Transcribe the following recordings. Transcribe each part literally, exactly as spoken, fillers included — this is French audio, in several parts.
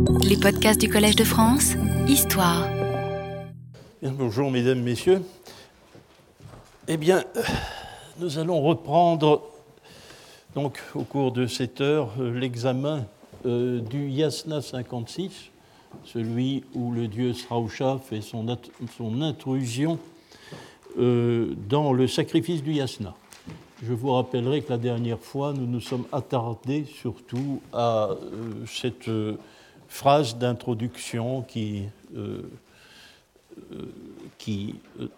Les podcasts du Collège de France, Histoire. Bien, bonjour mesdames, messieurs. Eh bien, nous allons reprendre donc, au cours de cette heure l'examen euh, du Yasna cinquante-six, celui où le dieu Sraosha fait son, at- son intrusion euh, dans le sacrifice du Yasna. Je vous rappellerai que la dernière fois, nous nous sommes attardés surtout à euh, cette euh, phrase d'introduction qui, euh, euh, qui euh,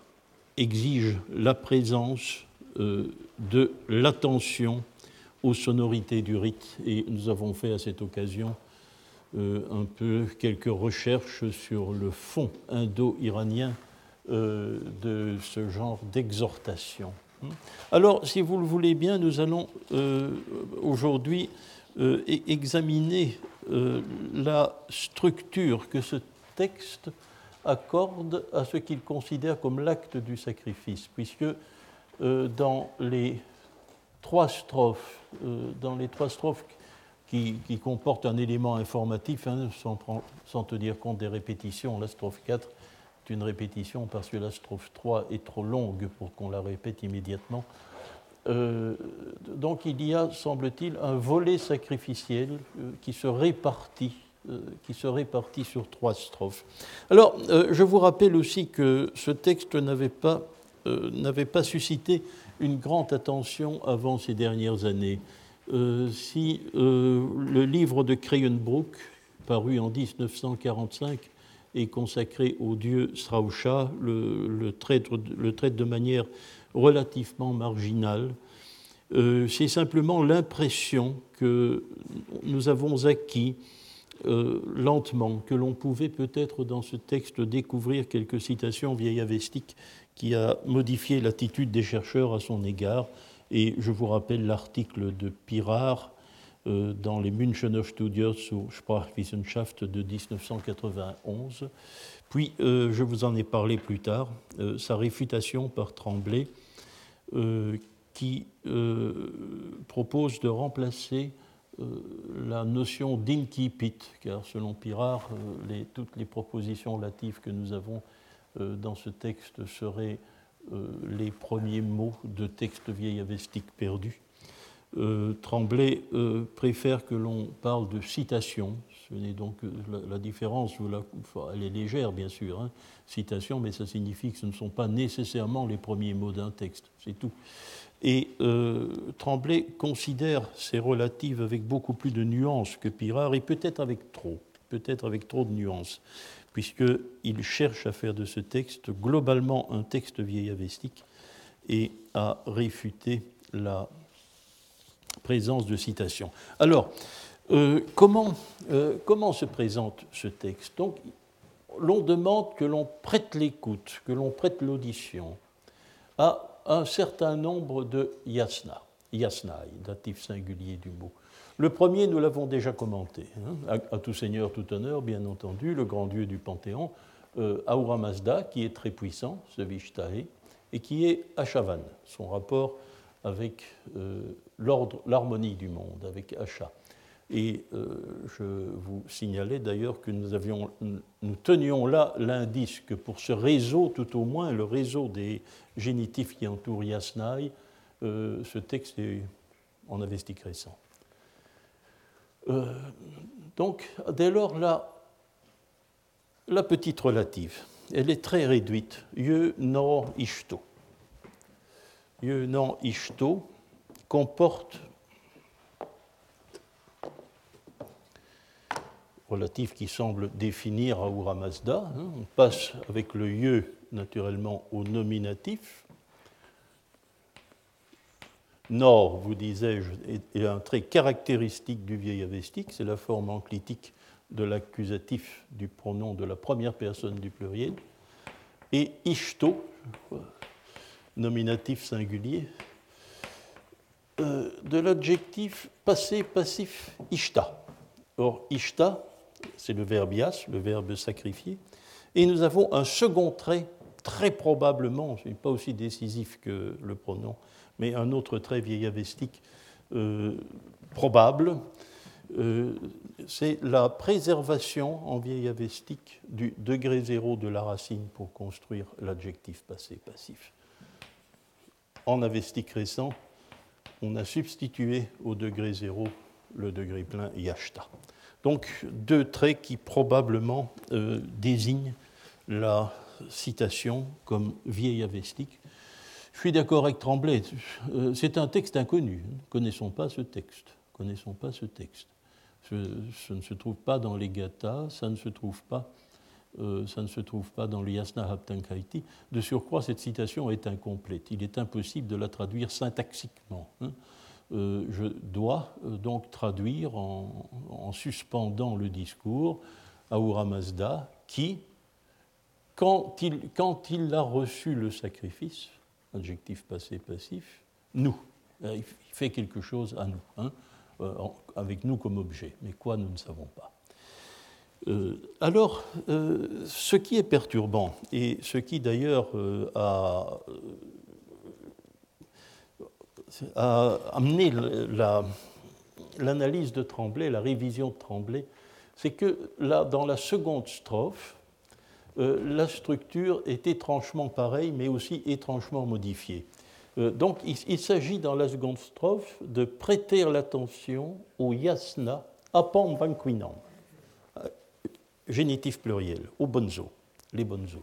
exige la présence euh, de l'attention aux sonorités du rite. Et nous avons fait à cette occasion euh, un peu quelques recherches sur le fond indo-iranien euh, de ce genre d'exhortation. Alors, si vous le voulez bien, nous allons euh, aujourd'hui euh, examiner euh, la structure que ce texte accorde à ce qu'il considère comme l'acte du sacrifice, puisque euh, dans les trois strophes, euh, dans les trois strophes qui, qui comportent un élément informatif, hein, sans, sans tenir compte des répétitions, la strophe quatre est une répétition parce que la strophe trois est trop longue pour qu'on la répète immédiatement. Euh, donc il y a, semble-t-il, un volet sacrificiel euh, qui se répartit euh, qui se répartit sur trois strophes. Alors, euh, je vous rappelle aussi que ce texte n'avait pas, euh, n'avait pas suscité une grande attention avant ces dernières années. Euh, si euh, le livre de Krayenbrook, paru en dix-neuf cent quarante-cinq, est consacré au dieu Sraosha, le, le, traite, le traite de manière relativement marginale. Euh, c'est simplement l'impression que nous avons acquis euh, lentement, que l'on pouvait peut-être dans ce texte découvrir quelques citations vieillavestiques qui a modifié l'attitude des chercheurs à son égard. Et je vous rappelle l'article de Pirard euh, dans les Münchener Studien zur Sprachwissenschaft de dix-neuf cent quatre-vingt-onze. Puis, euh, je vous en ai parlé plus tard, euh, sa réfutation par Tremblay, euh, qui euh, propose de remplacer euh, la notion d'incipit, car selon Pirard, euh, les, toutes les propositions relatives que nous avons euh, dans ce texte seraient euh, les premiers mots de textes vieillavestiques perdus. Euh, Tremblay euh, préfère que l'on parle de citation. Ce n'est donc la, la différence, la, elle est légère bien sûr, hein, citation, mais ça signifie que ce ne sont pas nécessairement les premiers mots d'un texte, c'est tout. Et euh, Tremblay considère ces relatives avec beaucoup plus de nuances que Pirard, et peut-être avec trop, peut-être avec trop de nuances, puisqu'il cherche à faire de ce texte globalement un texte vieillavestique et à réfuter la présence de citations. Alors, euh, comment, euh, comment se présente ce texte ? Donc, l'on demande que l'on prête l'écoute, que l'on prête l'audition à un certain nombre de yasna, yasnaï, datif singulier du mot. Le premier, nous l'avons déjà commenté, hein, à, à tout seigneur, tout honneur, bien entendu, le grand dieu du Panthéon, euh, Ahura Mazda, qui est très puissant, ce Vishtahe, et qui est Ashavan, son rapport avec euh, l'ordre, l'harmonie du monde, avec Asha. Et euh, je vous signalais d'ailleurs que nous, avions, nous tenions là l'indice que pour ce réseau, tout au moins le réseau des génitifs qui entourent Yasnaï, euh, ce texte est en avestique récent. Euh, donc, dès lors, la, la petite relative, elle est très réduite. Ye no ishto. Ye no ishto comporte relatif qui semble définir Ahura Mazda. Hein. On passe avec le ye naturellement au nominatif. Nor, vous disais-je, est un trait caractéristique du vieillavestique, c'est la forme enclitique de l'accusatif du pronom de la première personne du pluriel. Et ishto, nominatif singulier, euh, de l'adjectif passé-passif ishta. Or, ishta, c'est le verbe yas, le verbe sacrifier, et nous avons un second trait, très probablement, ce n'est pas aussi décisif que le pronom, mais un autre trait vieillavestique euh, probable, euh, c'est la préservation en vieil avestique du degré zéro de la racine pour construire l'adjectif passé-passif. En avestique récent, on a substitué au degré zéro le degré plein yashta. Donc deux traits qui probablement euh, désignent la citation comme vieil avestique. Je suis d'accord avec Tremblay, euh, c'est un texte inconnu, ne connaissons pas ce texte, connaissons pas ce texte. Ce, ce ne se trouve pas dans les Gathas, ça ne se trouve pas, euh, ça ne se trouve pas dans le Yasna Haptankaiti. De surcroît, cette citation est incomplète, il est impossible de la traduire syntaxiquement. Hein. Euh, je dois euh, donc traduire en, en suspendant le discours Ahura Mazda qui, quand il, quand il a reçu le sacrifice, adjectif passé passif, nous, il fait quelque chose à nous, hein, euh, avec nous comme objet, mais quoi nous ne savons pas. Euh, alors, euh, ce qui est perturbant, et ce qui d'ailleurs euh, a... a amené la, l'analyse de Tremblay, la révision de Tremblay, c'est que là, dans la seconde strophe, euh, la structure est étrangement pareille, mais aussi étrangement modifiée. Euh, donc, il, il s'agit dans la seconde strophe de prêter l'attention au yasna apam vanquinam, génitif pluriel, au bonzo, les bonzo.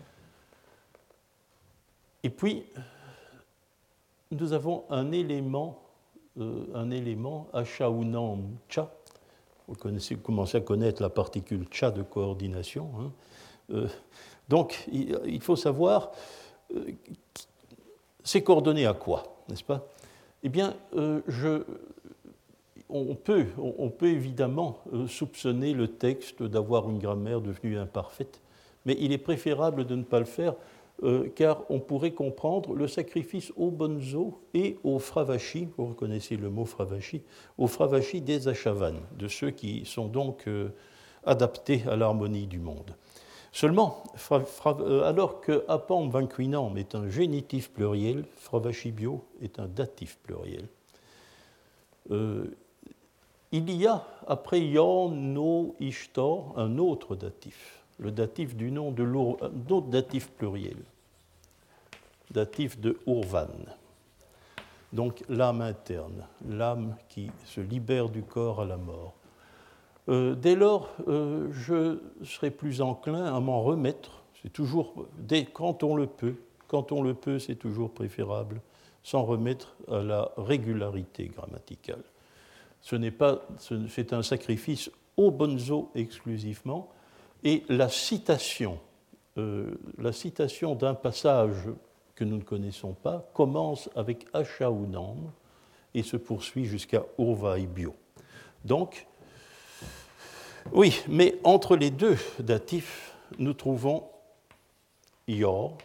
Et puis, nous avons un élément, euh, un élément, achaunam cha. Vous, connaissez, vous commencez à connaître la particule cha de coordination. Hein. Euh, donc, il, il faut savoir, euh, c'est coordonné à quoi, n'est-ce pas? Eh bien, euh, je, on, peut, on peut évidemment euh, soupçonner le texte d'avoir une grammaire devenue imparfaite, mais il est préférable de ne pas le faire. Euh, car on pourrait comprendre le sacrifice au bonzo et au fravashi, vous reconnaissez le mot fravashi, au fravashi des Ashavanes, de ceux qui sont donc euh, adaptés à l'harmonie du monde. Seulement, fra, fra, euh, alors que apam vanquinam est un génitif pluriel, fravashibio est un datif pluriel. Euh, il y a, après yon, no, ishtor, un autre datif. Le datif du nom de l'Ur, un autre datif pluriel, datif de Urvan. Donc l'âme interne, l'âme qui se libère du corps à la mort. Euh, dès lors, euh, je serai plus enclin à m'en remettre, c'est toujours, dès, quand on le peut, quand on le peut, c'est toujours préférable, s'en remettre à la régularité grammaticale. Ce n'est pas, c'est un sacrifice au bonzo exclusivement. Et la citation, euh, la citation d'un passage que nous ne connaissons pas commence avec Achaunam et se poursuit jusqu'à Urvai Bio. Donc, oui, mais entre les deux datifs, nous trouvons Yor,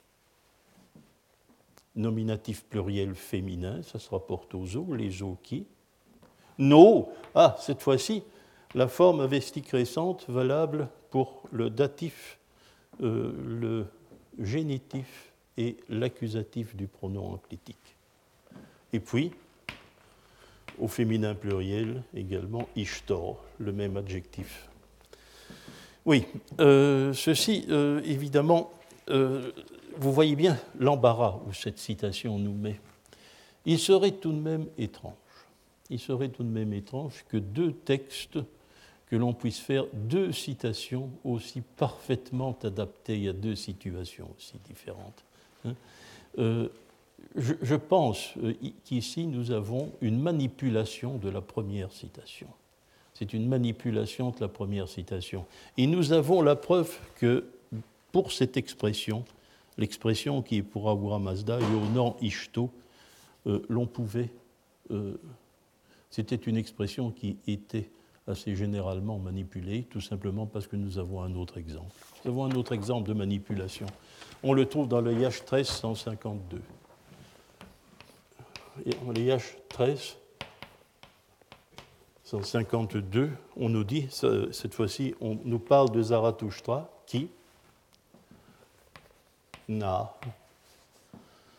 nominatif pluriel féminin, ça se rapporte aux os, les os qui. No, ah, cette fois-ci, la forme avestique récente valable pour le datif, euh, le génitif et l'accusatif du pronom enclitique. Et puis, au féminin pluriel également, ishtor, le même adjectif. Oui, euh, ceci, euh, évidemment, euh, vous voyez bien l'embarras où cette citation nous met. Il serait tout de même étrange, il serait tout de même étrange que deux textes, que l'on puisse faire deux citations aussi parfaitement adaptées à deux situations aussi différentes. Hein. Euh, je, je pense euh, qu'ici, nous avons une manipulation de la première citation. C'est une manipulation de la première citation. Et nous avons la preuve que, pour cette expression, l'expression qui est pour Ahura Mazda, Yonan Ishto, euh, l'on pouvait... Euh, c'était une expression qui était assez généralement manipulée, tout simplement parce que nous avons un autre exemple. Nous avons un autre exemple de manipulation. On le trouve dans le Yash treize cent cinquante-deux. Le Yash treize cent cinquante-deux, on nous dit, cette fois-ci, on nous parle de Zarathustra, qui n'a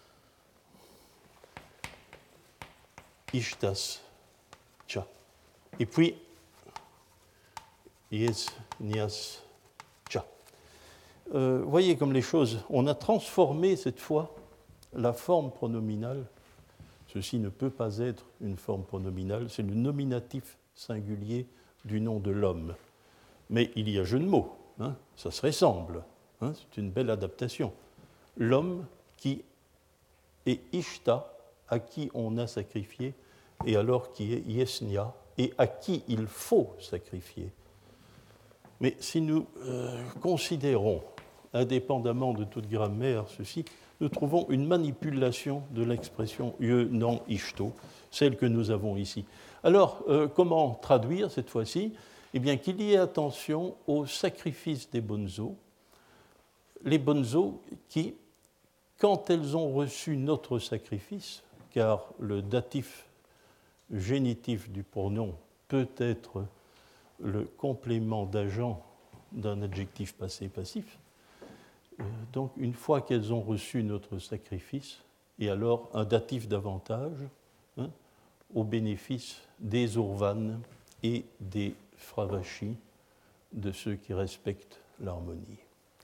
ishtas cha. Et puis, yes, nias, cha. Euh, voyez comme les choses, on a transformé cette fois la forme pronominale. Ceci ne peut pas être une forme pronominale, c'est le nominatif singulier du nom de l'homme. Mais il y a jeu de mots, hein, ça se ressemble, hein, c'est une belle adaptation. L'homme qui est Ishta, à qui on a sacrifié, et alors qui est Yesnia, et à qui il faut sacrifier. Mais si nous euh, considérons, indépendamment de toute grammaire, ceci, nous trouvons une manipulation de l'expression Ye non Ishto, celle que nous avons ici. Alors, euh, comment traduire cette fois-ci? Eh bien, qu'il y ait attention au sacrifice des bonnes eaux, les bonnes eaux qui, quand elles ont reçu notre sacrifice, car le datif génitif du pronom peut être le complément d'agent d'un adjectif passé passif, donc une fois qu'elles ont reçu notre sacrifice, et alors un datif davantage, hein, au bénéfice des Urvanes et des Fravachis, de ceux qui respectent l'harmonie.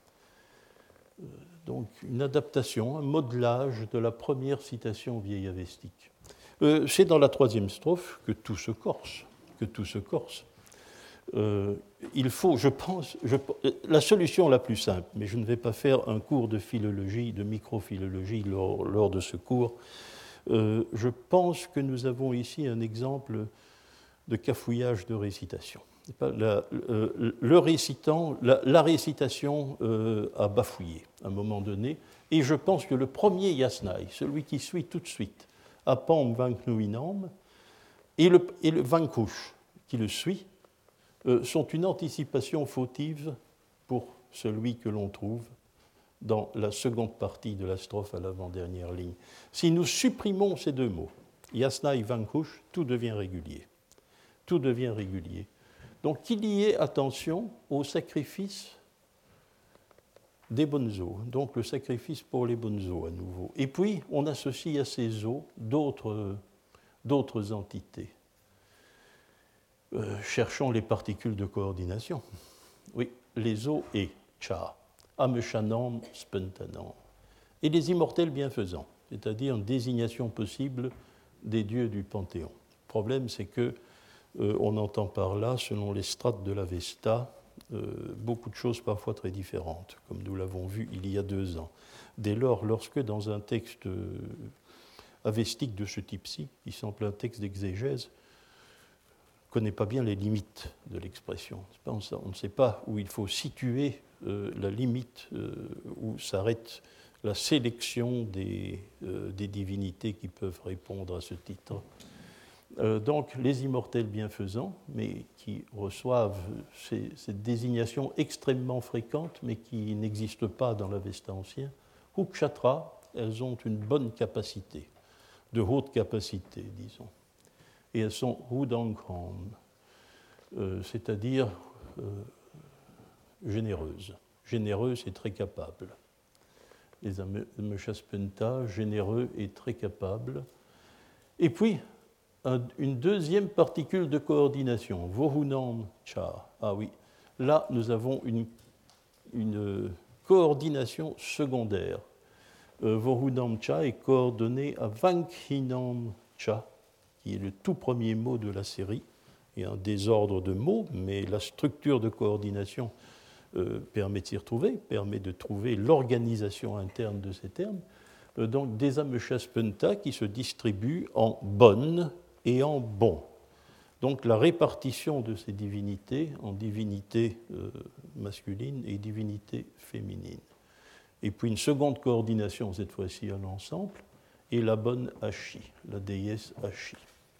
Donc une adaptation, un modelage de la première citation vieille avestique. Euh, c'est dans la troisième strophe que tout se corse, que tout se corse. Euh, il faut, je pense, je, la solution la plus simple, mais je ne vais pas faire un cours de philologie, de microphilologie lors, lors de ce cours. Euh, je pense que nous avons ici un exemple de cafouillage de récitation. La, euh, le récitant, la, la récitation euh, a bafouillé à un moment donné, et je pense que le premier yasnaï, celui qui suit tout de suite, apam vanknuinam, et le, et le vankush qui le suit, euh, sont une anticipation fautive pour celui que l'on trouve dans la seconde partie de la strophe à l'avant-dernière ligne. Si nous supprimons ces deux mots, yasnaï, vankush, tout devient régulier. Tout devient régulier. Donc qu'il y ait attention au sacrifice des bonnes eaux, donc le sacrifice pour les bonnes eaux à nouveau. Et puis on associe à ces eaux d'autres, d'autres entités. Euh, cherchons les particules de coordination. Oui, les eaux et cha, ameshanam spontanam. Et les immortels bienfaisants, c'est-à-dire une désignation possible des dieux du Panthéon. Le problème, c'est que Euh, on entend par là, selon les strates de l'Avesta, euh, beaucoup de choses parfois très différentes, comme nous l'avons vu il y a deux ans. Dès lors, lorsque dans un texte euh, avestique de ce type-ci, qui semble un texte d'exégèse, on ne connaît pas bien les limites de l'expression. On ne sait pas où il faut situer euh, la limite, euh, où s'arrête la sélection des, euh, des divinités qui peuvent répondre à ce titre. Euh, donc les immortels bienfaisants, mais qui reçoivent ces, cette désignation extrêmement fréquente, mais qui n'existe pas dans l'Avesta ancien, Hukshatra, elles ont une bonne capacité, de haute capacité, disons. Et elles sont Hudangram, euh, c'est-à-dire euh, généreuses. Généreuses et très capables. Les Ameshaspenta, généreux et très capables. Et puis, une deuxième particule de coordination, Vohunam Cha. Ah oui, là nous avons une, une coordination secondaire. Euh, Vohunam Cha est coordonné à Vankhinam Cha, qui est le tout premier mot de la série. Il y a un désordre de mots, mais la structure de coordination euh, permet de s'y retrouver, permet de trouver l'organisation interne de ces termes. Euh, donc des Ameshaspenta qui se distribuent en bonnes et en bon. Donc la répartition de ces divinités en divinités euh, masculines et divinités féminines. Et puis une seconde coordination, cette fois-ci à l'ensemble, et la bonne Ashi, la déesse Ashi.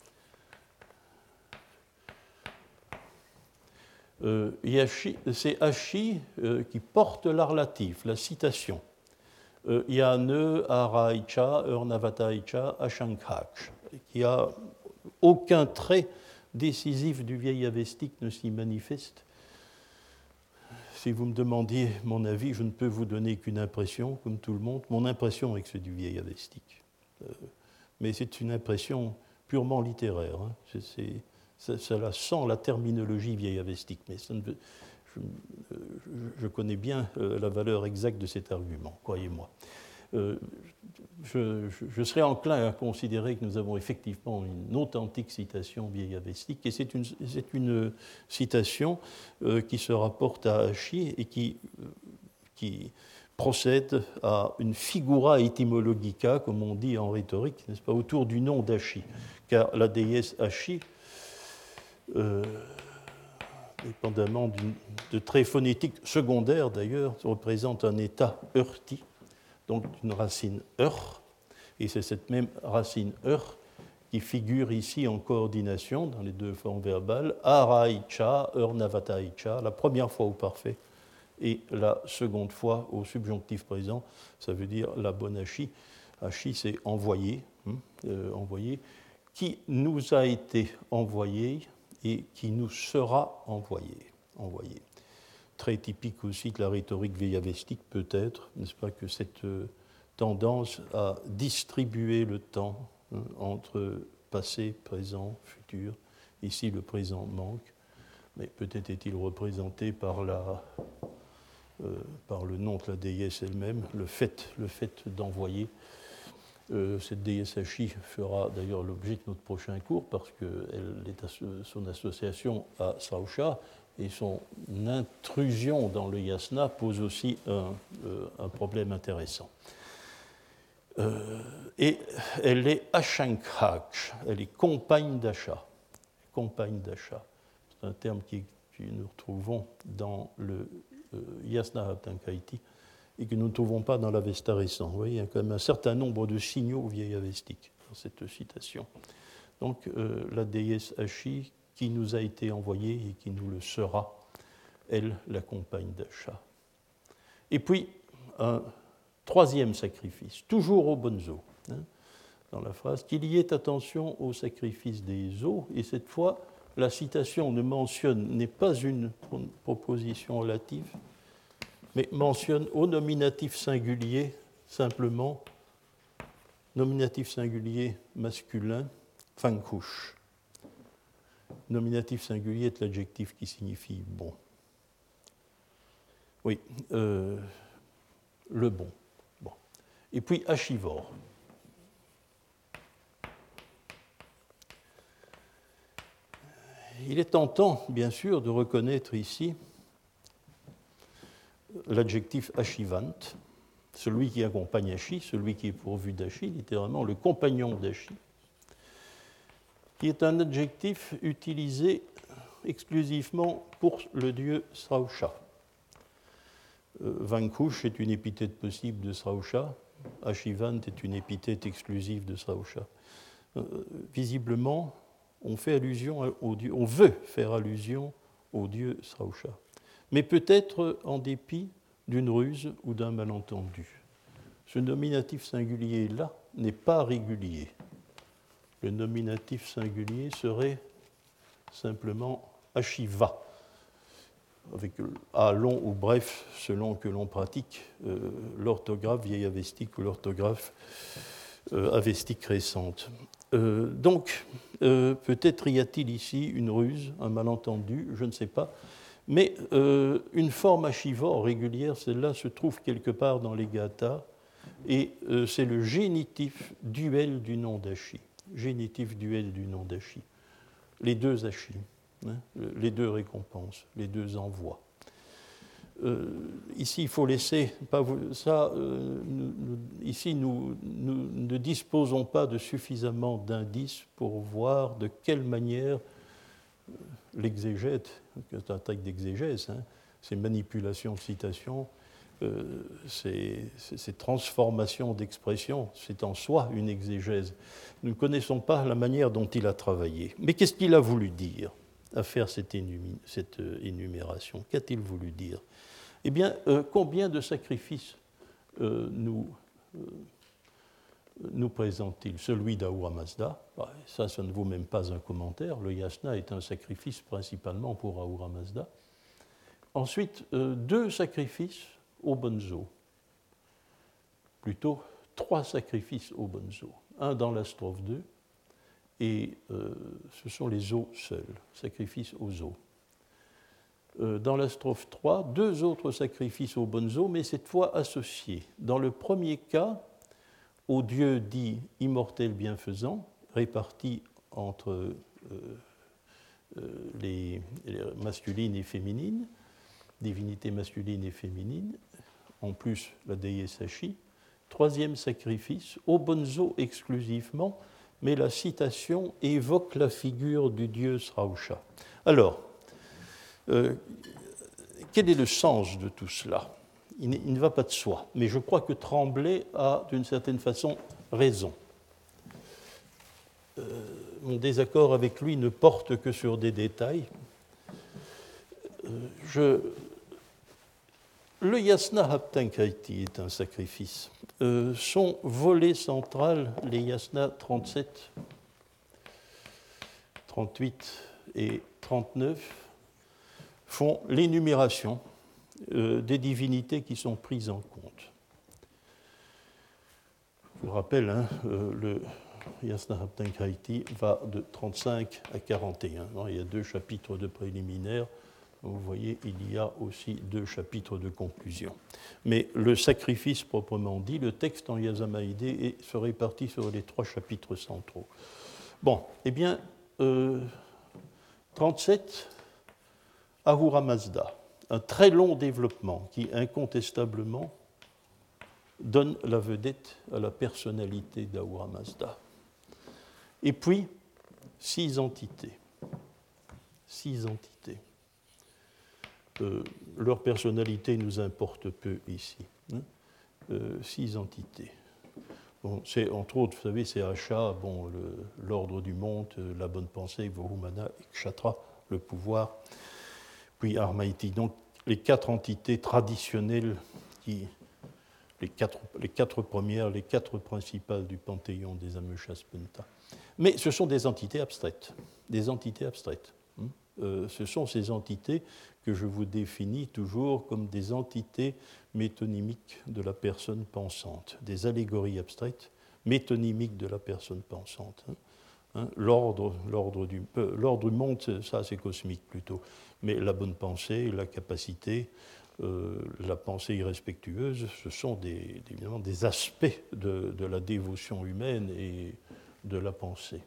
Euh, c'est Ashi euh, qui porte la relative, la citation. Euh, Yane, Araicha, Urnavatai-cha, Ashankhach, qui a aucun trait décisif du vieil avestique ne s'y manifeste. Si vous me demandiez mon avis, je ne peux vous donner qu'une impression, comme tout le monde. Mon impression est que c'est du vieil avestique. Euh, mais c'est une impression purement littéraire. Hein. C'est, cela sent la terminologie vieille avestique, mais ça ne veut, je, je connais bien la valeur exacte de cet argument, croyez-moi. Euh, je, je, je serais enclin à considérer que nous avons effectivement une authentique citation vieille avestique, et c'est une, c'est une citation euh, qui se rapporte à Hachi et qui, euh, qui procède à une figura etymologica, comme on dit en rhétorique, n'est-ce pas, autour du nom d'Hachi, car la déesse Hachi, euh, dépendamment de traits phonétiques secondaires d'ailleurs, représente un état heurti, donc une racine ur, et c'est cette même racine ur qui figure ici en coordination dans les deux formes verbales, ara-icha, ur-navata-icha, la première fois au parfait et la seconde fois au subjonctif présent, ça veut dire la bonne Hachi. Hachi, c'est envoyé, hein, euh, envoyé, qui nous a été envoyé et qui nous sera envoyé. envoyé. Très typique aussi de la rhétorique vieillavestique, peut-être, n'est-ce pas, que cette euh, tendance à distribuer le temps hein, entre passé, présent, futur. Ici, le présent manque, mais peut-être est-il représenté par, la, euh, par le nom de la déesse elle-même, le fait, le fait d'envoyer. Euh, cette déesse Hachi fera d'ailleurs l'objet de notre prochain cours, parce que elle est à son association à Srausha, et son intrusion dans le yasna pose aussi un, euh, un problème intéressant. Euh, et elle est Ashankhach, elle est compagne d'Asha. Compagne d'Asha. C'est un terme qui, que nous retrouvons dans le euh, Yasna Haptankaiti et que nous ne trouvons pas dans l'Avesta récent. Vous voyez, il y a quand même un certain nombre de signaux vieilles avestiques dans cette citation. Donc, euh, la déesse Hachi qui nous a été envoyée et qui nous le sera, elle, la compagne d'Asha. Et puis, un troisième sacrifice, toujours aux bonnes eaux, hein, dans la phrase, qu'il y ait attention au sacrifice des eaux, et cette fois, la citation ne mentionne, n'est pas une proposition relative, mais mentionne au nominatif singulier, simplement, nominatif singulier masculin, fankush. Nominatif singulier est l'adjectif qui signifie bon. Oui, euh, le bon. bon. Et puis achivore. Il est tentant, bien sûr, de reconnaître ici l'adjectif achivant, celui qui accompagne Hachi, celui qui est pourvu d'Hachi, littéralement le compagnon d'Hachi, qui est un adjectif utilisé exclusivement pour le dieu Srausha. Euh, Vankush est une épithète possible de Srausha, Achivant est une épithète exclusive de Srausha. Euh, visiblement, on fait allusion au dieu, on veut faire allusion au dieu Srausha, mais peut-être en dépit d'une ruse ou d'un malentendu. Ce nominatif singulier-là n'est pas régulier. Le nominatif singulier serait simplement Achiva, avec A long ou bref, selon que l'on pratique euh, l'orthographe vieille avestique ou l'orthographe euh, avestique récente. Euh, donc, euh, peut-être y a-t-il ici une ruse, un malentendu, je ne sais pas, mais euh, une forme achivore régulière, celle-là se trouve quelque part dans les gathas, et euh, c'est le génitif duel du nom d'Hachi. Génitif duel du nom d'Hachi. Les deux Hachi, hein, les deux récompenses, les deux envois. Euh, ici, il faut laisser, pas vous, ça, euh, nous, nous, ici, nous, nous ne disposons pas de suffisamment d'indices pour voir de quelle manière l'exégète, c'est un texte d'exégèse, hein, ces manipulations de citation, euh, ces, ces transformations d'expression, c'est en soi une exégèse. Nous ne connaissons pas la manière dont il a travaillé. Mais qu'est-ce qu'il a voulu dire à faire cette, énumé, cette énumération? Qu'a-t-il voulu dire? Eh bien, euh, combien de sacrifices euh, nous, euh, nous présente-t-il? Celui d'Ahura Mazda, ça, ça ne vaut même pas un commentaire. Le yasna est un sacrifice principalement pour Ahura Mazda. Ensuite, euh, deux sacrifices aux bonnes eaux. Plutôt trois sacrifices aux bonnes eaux. Un dans la strophe deux et euh, ce sont les os seuls, sacrifice aux os. Euh, dans la strophe trois, deux autres sacrifices aux bonnes eaux, mais cette fois associés. Dans le premier cas, aux dieux dits immortels bienfaisants, répartis entre euh, euh, les, les masculines et féminines, divinités masculines et féminines, en plus la déesse Sachi. Troisième sacrifice, aux bonnes eaux exclusivement, mais la citation évoque la figure du dieu Srausha. Alors, euh, quel est le sens de tout cela ? il, il ne va pas de soi, mais je crois que Tremblay a d'une certaine façon raison. Euh, mon désaccord avec lui ne porte que sur des détails. Euh, je... Le yasna haptankaiti est un sacrifice. Euh, son volet central, les yasnas trente-sept, trente-huit et trente-neuf, font l'énumération euh, des divinités qui sont prises en compte. Je vous rappelle, hein, euh, le yasna haptankaiti va de trente-cinq à quarante et un. Non, il y a deux chapitres de préliminaires. Vous voyez, il y a aussi deux chapitres de conclusion. Mais le sacrifice proprement dit, le texte en Yasamaïdé se répartit sur les trois chapitres centraux. Bon, eh bien, euh, trente-sept, Ahura Mazda, un très long développement qui incontestablement donne la vedette à la personnalité d'Ahura Mazda. Et puis, six entités. Six entités. Euh, leur personnalité nous importe peu ici. Hein. Euh, six entités. Bon, c'est, entre autres, vous savez, c'est Asha, bon, le, l'ordre du monde, la bonne pensée, Vohumana et Kshatra, le pouvoir, puis Armaiti. Donc, les quatre entités traditionnelles, qui, les, quatre, les quatre premières, les quatre principales du panthéon des Amushaspentas. Mais ce sont des entités abstraites, des entités abstraites. Hein. Euh, ce sont ces entités que je vous définis toujours comme des entités métonymiques de la personne pensante, des allégories abstraites métonymiques de la personne pensante. Hein. Hein, l'ordre, l'ordre, du, euh, l'ordre du monde, ça c'est cosmique plutôt, mais la bonne pensée, la capacité, euh, la pensée irrespectueuse, ce sont des, évidemment des aspects de, de la dévotion humaine et de la pensée.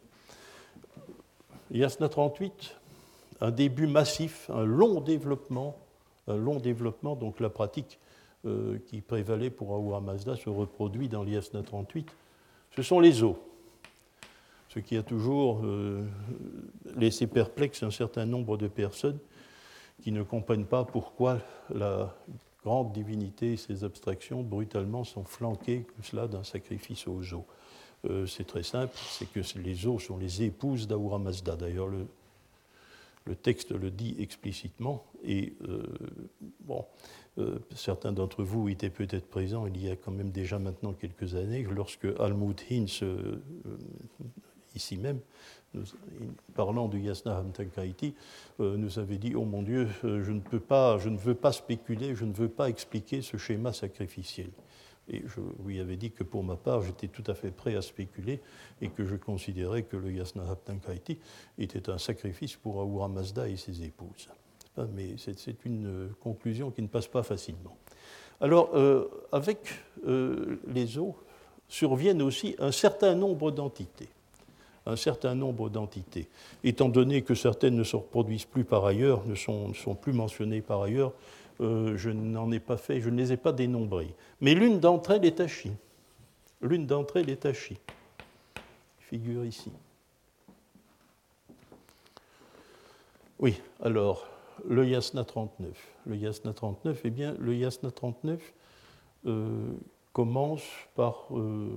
Yasna trente-huit, un début massif, un long développement, un long développement, donc la pratique euh, qui prévalait pour Ahura Mazda se reproduit dans l'Yasna trente-huit. Ce sont les os, ce qui a toujours euh, laissé perplexe un certain nombre de personnes qui ne comprennent pas pourquoi la grande divinité et ses abstractions brutalement sont flanquées comme cela d'un sacrifice aux os. Euh, c'est très simple, c'est que les os sont les épouses d'Ahura Mazda. D'ailleurs, le Le texte le dit explicitement, et euh, bon, euh, certains d'entre vous étaient peut-être présents il y a quand même déjà maintenant quelques années, lorsque Almut Hintz, euh, ici même, nous, parlant du Yasna Haptankaiti, euh, nous avait dit « Oh mon Dieu, je ne peux pas, je ne veux pas spéculer, je ne veux pas expliquer ce schéma sacrificiel ». Et je lui avais dit que pour ma part, j'étais tout à fait prêt à spéculer et que je considérais que le Yasna Haptankaiti était un sacrifice pour Ahura Mazda et ses épouses. Mais c'est, c'est une conclusion qui ne passe pas facilement. Alors, euh, avec euh, les os, surviennent aussi un certain nombre d'entités. Un certain nombre d'entités. Étant donné que certaines ne se reproduisent plus par ailleurs, ne sont, ne sont plus mentionnées par ailleurs, Euh, je n'en ai pas fait, je ne les ai pas dénombrées. Mais l'une d'entre elles est Tachi. L'une d'entre elles est Tachi. Figure ici. Oui, alors, le Yasna trente-neuf. Le Yasna trente-neuf, eh bien, le Yasna trente-neuf euh, commence par euh,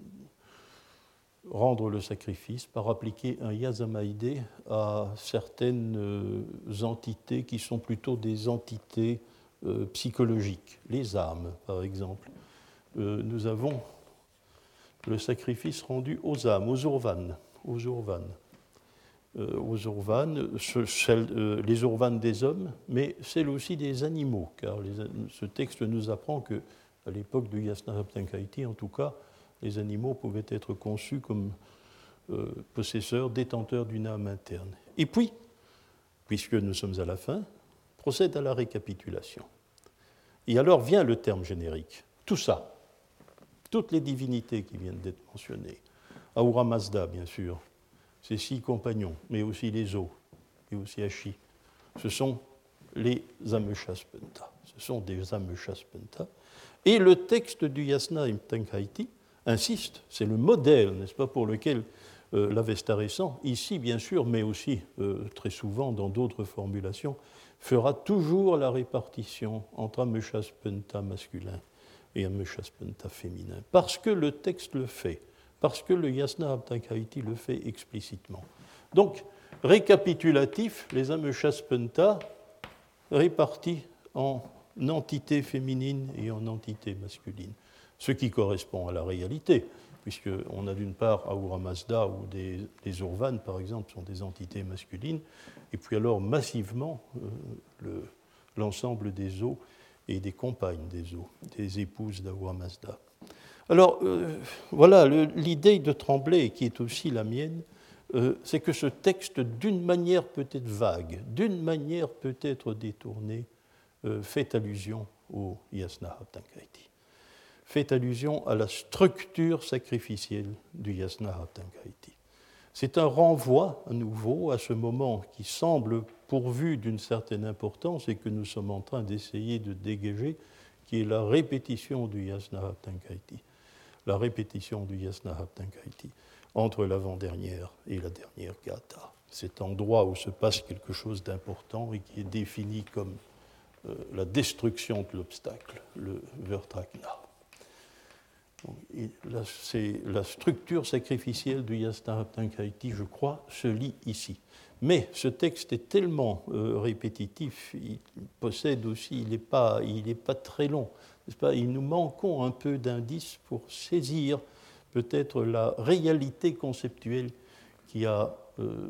rendre le sacrifice, par appliquer un Yasamaïdé à certaines euh, entités qui sont plutôt des entités Euh, psychologiques, les âmes par exemple. Euh, nous avons le sacrifice rendu aux âmes, aux urvanes, aux urvanes, euh, aux urvanes ce, celle, euh, les urvanes des hommes, mais celles aussi des animaux, car les, ce texte nous apprend que à l'époque du Yasna Haptankaiti, en tout cas, les animaux pouvaient être conçus comme euh, possesseur, détenteur d'une âme interne. Et puis, puisque nous sommes à la fin, procède à la récapitulation. Et alors vient le terme générique. Tout ça, toutes les divinités qui viennent d'être mentionnées, Ahura Mazda, bien sûr, ses six compagnons, mais aussi les Os, et aussi Ashi, ce sont les Ameshaspenta. Ce sont des Ameshaspenta. Et le texte du Yasna Imtankaiti insiste, c'est le modèle, n'est-ce pas, pour lequel euh, l'Avesta récent, ici bien sûr, mais aussi euh, très souvent dans d'autres formulations, fera toujours la répartition entre Ameshaspenta masculin et Ameshaspenta féminin, parce que le texte le fait, parce que le Yasna Imtankaiti le fait explicitement. Donc, récapitulatif, les Ameshaspenta répartis en entité féminine et en entité masculine, ce qui correspond à la réalité, puisqu'on a d'une part Ahura Mazda ou des, des Urvan, par exemple, sont des entités masculines, et puis alors massivement euh, le, l'ensemble des Os et des compagnes des Os, des épouses d'Ahura Mazda. Alors, euh, voilà, le, l'idée de Tremblay, qui est aussi la mienne, euh, c'est que ce texte, d'une manière peut-être vague, d'une manière peut-être détournée, euh, fait allusion au Yasna Imtankaiti, fait allusion à la structure sacrificielle du Yasna Imtankaiti. C'est un renvoi, à nouveau, à ce moment qui semble pourvu d'une certaine importance et que nous sommes en train d'essayer de dégager, qui est la répétition du Yasna Imtankaiti. La répétition du Yasna Imtankaiti entre l'avant-dernière et la dernière Gata. Cet endroit où se passe quelque chose d'important et qui est défini comme euh, la destruction de l'obstacle, le Vertrakna. Là, c'est la structure sacrificielle du Yasna Imtankaiti, je crois, se lit ici. Mais ce texte est tellement euh, répétitif, il possède aussi, il n'est pas, il n'est pas très long, n'est-ce pas ? Il nous manquons un peu d'indices pour saisir peut-être la réalité conceptuelle qui a euh,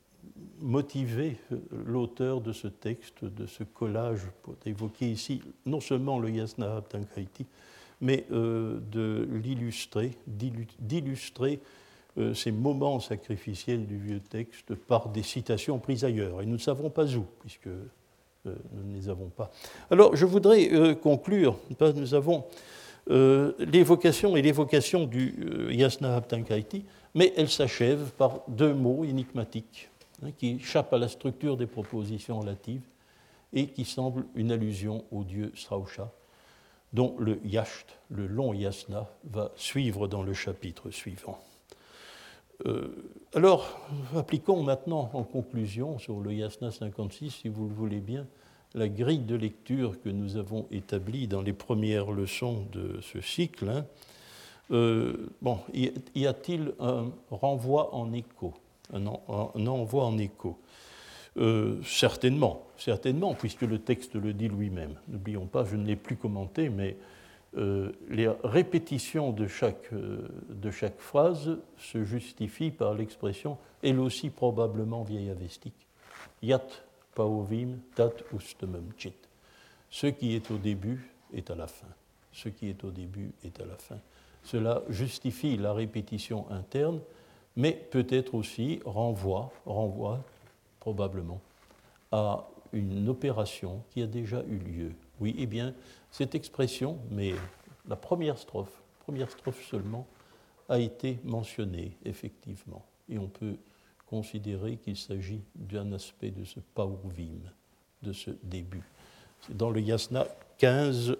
motivé l'auteur de ce texte, de ce collage, pour évoquer ici non seulement le Yasna Imtankaiti, mais euh, de l'illustrer, d'illustrer euh, ces moments sacrificiels du vieux texte par des citations prises ailleurs. Et nous ne savons pas où, puisque euh, nous ne les avons pas. Alors, je voudrais euh, conclure. Nous avons euh, l'évocation et l'évocation du euh, Yasna Imtankaiti, mais elle s'achève par deux mots énigmatiques hein, qui échappent à la structure des propositions relatives et qui semblent une allusion au dieu Srausha, dont le Yasht, le long Yasna, va suivre dans le chapitre suivant. Euh, alors, appliquons maintenant en conclusion sur le Yasna cinquante-six, si vous le voulez bien, la grille de lecture que nous avons établie dans les premières leçons de ce cycle. Hein. Euh, bon, y a-t-il un renvoi en écho, un, en, un envoi en écho? Euh, certainement, certainement, puisque le texte le dit lui-même. N'oublions pas, je ne l'ai plus commenté, mais euh, les répétitions de chaque, euh, de chaque phrase se justifient par l'expression, elle aussi probablement vieille avestique, yat paovim tat ustamam chit. Ce qui est au début est à la fin. Ce qui est au début est à la fin. Cela justifie la répétition interne, mais peut-être aussi renvoie, renvoie probablement, à une opération qui a déjà eu lieu. Oui, eh bien, cette expression, mais la première strophe, première strophe seulement, a été mentionnée, effectivement. Et on peut considérer qu'il s'agit d'un aspect de ce paurvim, de ce début. C'est dans le Yasna quinze,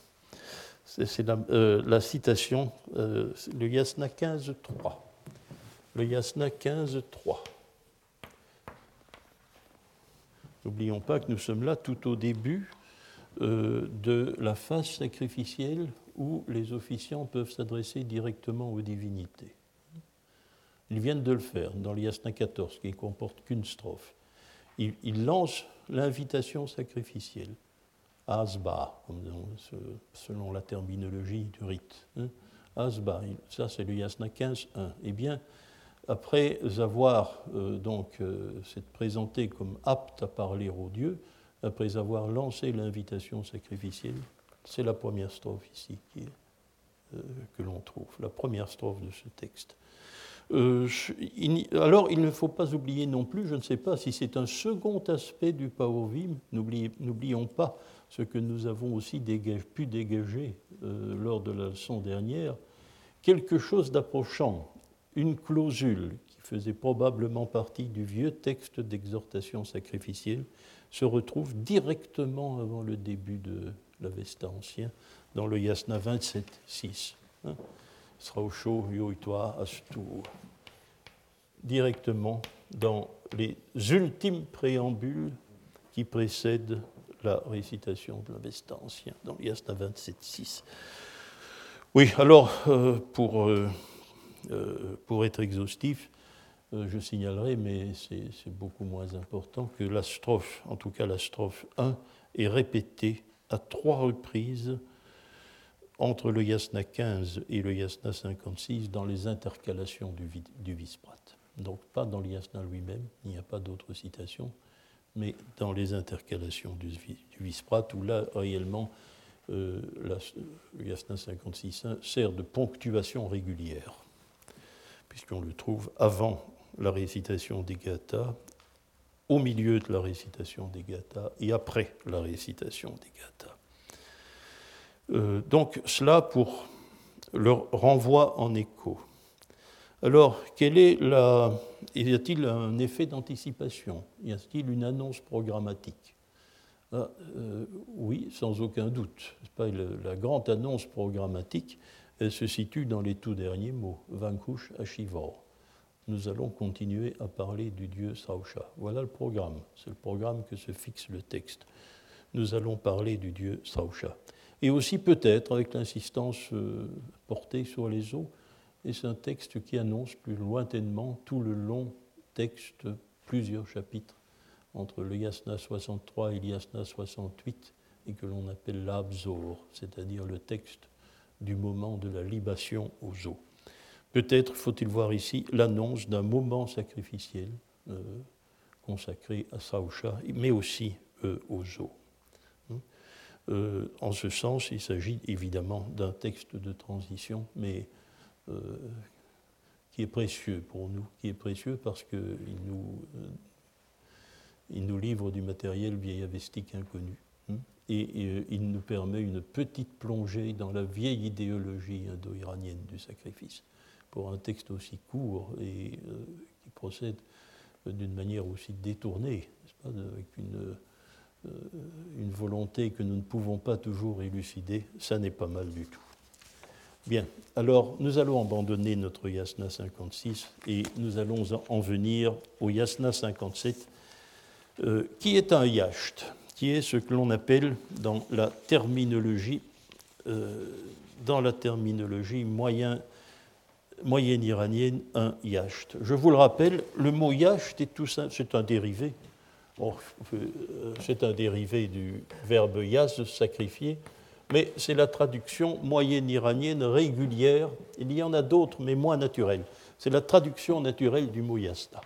c'est la, euh, la citation, euh, le Yasna quinze trois. Le Yasna quinze trois. N'oublions pas que nous sommes là tout au début euh, de la phase sacrificielle où les officiants peuvent s'adresser directement aux divinités. Ils viennent de le faire dans le Yasna quatorze, qui ne comporte qu'une strophe. Ils, ils lancent l'invitation sacrificielle, Asba, selon la terminologie du rite. Hein. Asba, ça c'est le Yasna quinze un. Eh bien, après avoir euh, donc euh, s'être présenté comme apte à parler aux dieux, après avoir lancé l'invitation sacrificielle, c'est la première strophe ici qui est, euh, que l'on trouve, la première strophe de ce texte. Euh, il, alors, il ne faut pas oublier non plus, je ne sais pas si c'est un second aspect du Paurim, n'oublions pas ce que nous avons aussi dégage, pu dégager euh, lors de la leçon dernière, quelque chose d'approchant, une clausule qui faisait probablement partie du vieux texte d'exhortation sacrificielle, se retrouve directement avant le début de l'Avesta ancien, dans le Yasna vingt-sept six. Hein, Srausho, Yoitwa, Astu, directement dans les ultimes préambules qui précèdent la récitation de l'Avesta ancien, dans le Yasna vingt-sept six. Oui, alors, euh, pour, euh, euh, pour être exhaustif, euh, je signalerai, mais c'est, c'est beaucoup moins important, que la strophe, en tout cas la strophe un, est répétée à trois reprises entre le Yasna quinze et le Yasna cinquante-six dans les intercalations du, du Visprat. Donc pas dans le Yasna lui-même, il n'y a pas d'autres citations, mais dans les intercalations du, du Visprat, où là, réellement, euh, la, le Yasna cinquante-six sert de ponctuation régulière, puisqu'on le trouve avant la récitation des gathas, au milieu de la récitation des gathas et après la récitation des gathas. Euh, donc cela pour leur renvoi en écho. Alors, quelle est la... y a-t-il un effet d'anticipation? Y a-t-il une annonce programmatique? Ah, euh, oui, sans aucun doute. Pas le, la grande annonce programmatique, elle se situe dans les tout derniers mots, Vankush Ashivor. Nous allons continuer à parler du dieu Srausha. Voilà le programme, c'est le programme que se fixe le texte. Nous allons parler du dieu Srausha. Et aussi peut-être avec l'insistance euh, portée sur les eaux, et c'est un texte qui annonce plus lointainement tout le long texte, plusieurs chapitres, entre le Yasna soixante-trois et le Yasna soixante-huit, et que l'on appelle l'Abzor, c'est-à-dire le texte du moment de la libation aux eaux. Peut-être faut-il voir ici l'annonce d'un moment sacrificiel euh, consacré à Srausha, mais aussi euh, aux eaux. Euh, en ce sens, il s'agit évidemment d'un texte de transition, mais euh, qui est précieux pour nous, qui est précieux parce qu'il nous, euh, il nous livre du matériel vieillavestique inconnu. Hein, et, et euh, il nous permet une petite plongée dans la vieille idéologie indo-iranienne du sacrifice. Pour un texte aussi court et euh, qui procède d'une manière aussi détournée, n'est-ce pas, avec une... une volonté que nous ne pouvons pas toujours élucider, ça n'est pas mal du tout. Bien, alors nous allons abandonner notre Yasna cinquante-six et nous allons en venir au Yasna cinquante-sept, euh, qui est un yasht, qui est ce que l'on appelle dans la terminologie, euh, dans la terminologie moyen, moyenne iranienne un yasht. Je vous le rappelle, le mot yasht est tout simple, c'est un dérivé. Bon, c'est un dérivé du verbe yaz, sacrifier, mais c'est la traduction moyenne iranienne régulière. Il y en a d'autres, mais moins naturelles. C'est la traduction naturelle du mot yasna.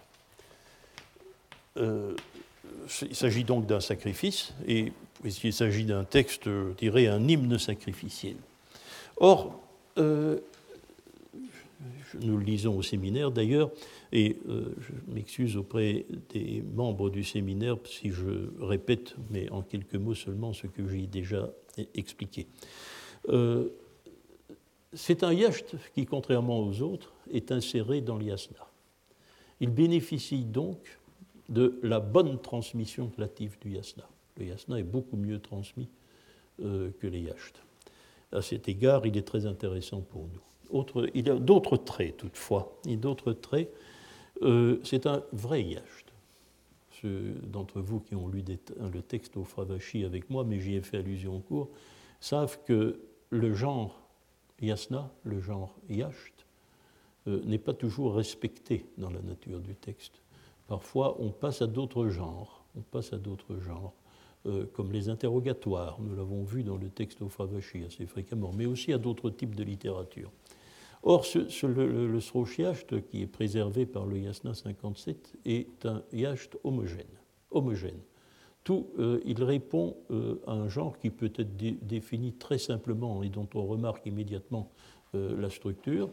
Euh, il s'agit donc d'un sacrifice, et il s'agit d'un texte, je dirais, un hymne sacrificiel. Or, euh, nous le lisons au séminaire d'ailleurs, et euh, je m'excuse auprès des membres du séminaire si je répète, mais en quelques mots seulement, ce que j'ai déjà expliqué. Euh, c'est un yasht qui, contrairement aux autres, est inséré dans l'yasna. Il bénéficie donc de la bonne transmission relative du yasna. Le yasna est beaucoup mieux transmis euh, que les yashts. À cet égard, il est très intéressant pour nous. Autre, il y a d'autres traits, toutefois. Et d'autres traits, euh, c'est un vrai yasht. Ceux d'entre vous qui ont lu des, le texte au Fravashi avec moi, mais j'y ai fait allusion au cours, savent que le genre yasna, le genre yasht, euh, n'est pas toujours respecté dans la nature du texte. Parfois, on passe à d'autres genres, on passe à d'autres genres, euh, comme les interrogatoires, nous l'avons vu dans le texte au Fravashi assez fréquemment, mais aussi à d'autres types de littérature. Or, ce, ce, le, le, le Srosh Yasht, qui est préservé par le Yasna cinquante-sept, est un Yasht homogène. homogène. Tout, euh, il répond euh, à un genre qui peut être dé, défini très simplement et dont on remarque immédiatement euh, la structure,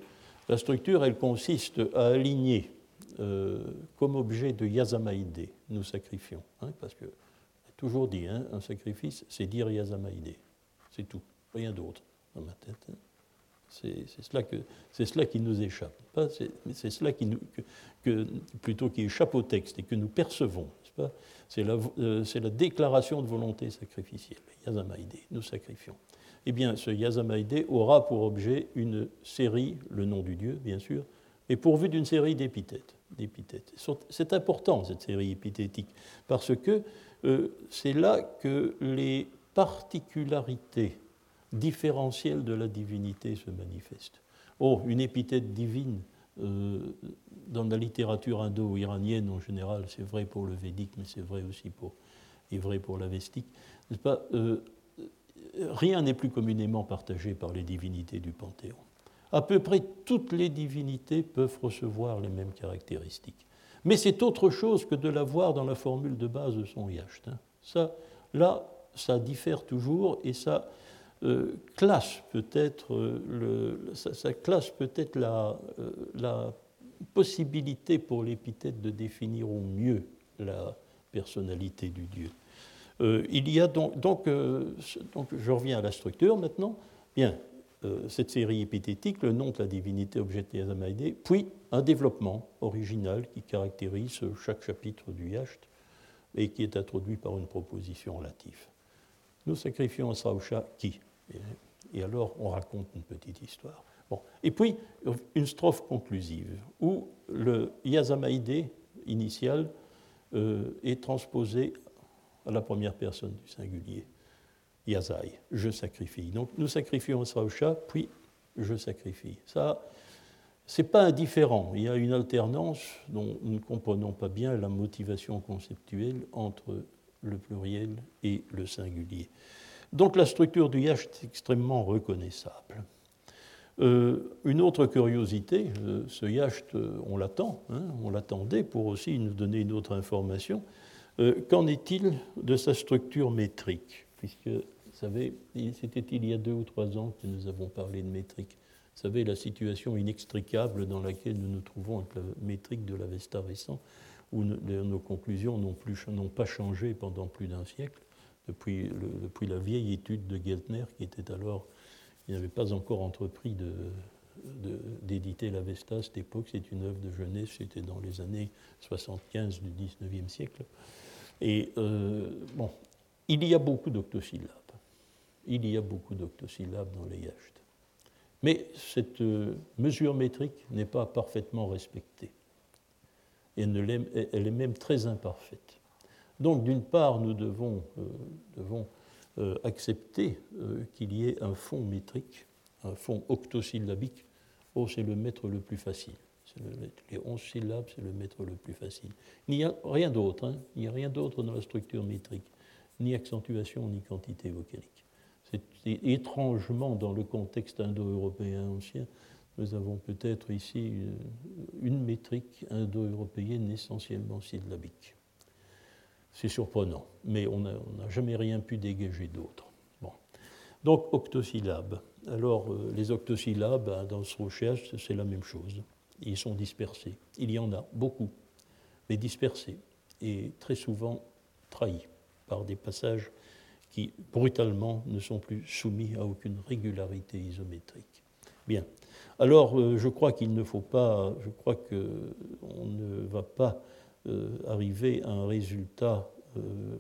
La structure, elle consiste à aligner euh, comme objet de Yazamaïdé, nous sacrifions, hein, parce que j'ai toujours dit, hein, un sacrifice, c'est dire Yazamaïdé, c'est tout, rien d'autre dans ma tête. Hein. C'est, c'est, cela que, c'est cela qui nous échappe, pas, c'est, c'est cela qui nous, que, que, plutôt qui échappe au texte et que nous percevons, n'est-ce pas ? C'est la, euh, c'est la déclaration de volonté sacrificielle, Yazamaïdé, nous sacrifions. Eh bien, ce Yazamaïdé aura pour objet une série, le nom du dieu, bien sûr, mais pourvu d'une série d'épithètes. d'épithètes. C'est important, cette série épithétique, parce que euh, c'est là que les particularités différentielles de la divinité se manifestent. Oh, une épithète divine, euh, dans la littérature indo-iranienne en général, c'est vrai pour le védique, mais c'est vrai aussi pour, et vrai pour l'avestique, n'est-ce pas euh, rien n'est plus communément partagé par les divinités du Panthéon. À peu près toutes les divinités peuvent recevoir les mêmes caractéristiques. Mais c'est autre chose que de l'avoir dans la formule de base de son yacht. Hein. Ça, là, ça diffère toujours et ça euh, classe peut-être, euh, le, ça, ça classe peut-être la, euh, la possibilité pour l'épithète de définir au mieux la personnalité du Dieu. Euh, il y a donc, donc, euh, donc, je reviens à la structure maintenant. Bien, euh, cette série épithétique, le nom de la divinité objet de Yazamaïdé, puis un développement original qui caractérise chaque chapitre du yacht et qui est introduit par une proposition relative. Nous sacrifions à Sraosha qui et, et alors on raconte une petite histoire. Bon. Et puis une strophe conclusive où le Yazamaïdé initial euh, est transposé à la première personne du singulier, Yazai, je sacrifie. Donc nous sacrifions Sraosha, puis je sacrifie. Ça, c'est pas indifférent. Il y a une alternance dont nous ne comprenons pas bien la motivation conceptuelle entre le pluriel et le singulier. Donc la structure du yacht est extrêmement reconnaissable. Euh, une autre curiosité, euh, ce yacht, euh, on l'attend, hein, on l'attendait pour aussi nous donner une autre information. Euh, qu'en est-il de sa structure métrique ? Puisque, vous savez, c'était il y a deux ou trois ans que nous avons parlé de métrique. Vous savez, la situation inextricable dans laquelle nous nous trouvons avec la métrique de l'Avesta récent, où nos conclusions n'ont, plus, n'ont pas changé pendant plus d'un siècle, depuis, le, depuis la vieille étude de Geltner, qui était alors, il n'avait pas encore entrepris de, de, d'éditer l'Avesta à cette époque, c'est une œuvre de jeunesse, c'était dans les années soixante-quinze du dix-neuvième siècle. Et euh, bon, il y a beaucoup d'octosyllabes. Il y a beaucoup d'octosyllabes dans les yachts. Mais cette euh, mesure métrique n'est pas parfaitement respectée. Et elle, ne l'est, elle est même très imparfaite. Donc, d'une part, nous devons, euh, devons euh, accepter euh, qu'il y ait un fond métrique, un fond octosyllabique. Oh, c'est le mètre le plus facile. C'est le, les onze syllabes, c'est le mètre le plus facile. Il n'y a rien d'autre, hein. Il n'y a rien d'autre dans la structure métrique, ni accentuation, ni quantité vocalique. C'est, c'est étrangement, dans le contexte indo-européen ancien, nous avons peut-être ici une métrique indo-européenne essentiellement syllabique. C'est surprenant, mais on n'a jamais rien pu dégager d'autre. Bon. Donc, octosyllabes. Alors, euh, les octosyllabes, hein, dans ce recherche, c'est la même chose. Ils sont dispersés. Il y en a beaucoup, mais dispersés et très souvent trahis par des passages qui, brutalement, ne sont plus soumis à aucune régularité isométrique. Bien. Alors, euh, je crois qu'il ne faut pas, je crois qu'on ne va pas euh, arriver à un résultat euh,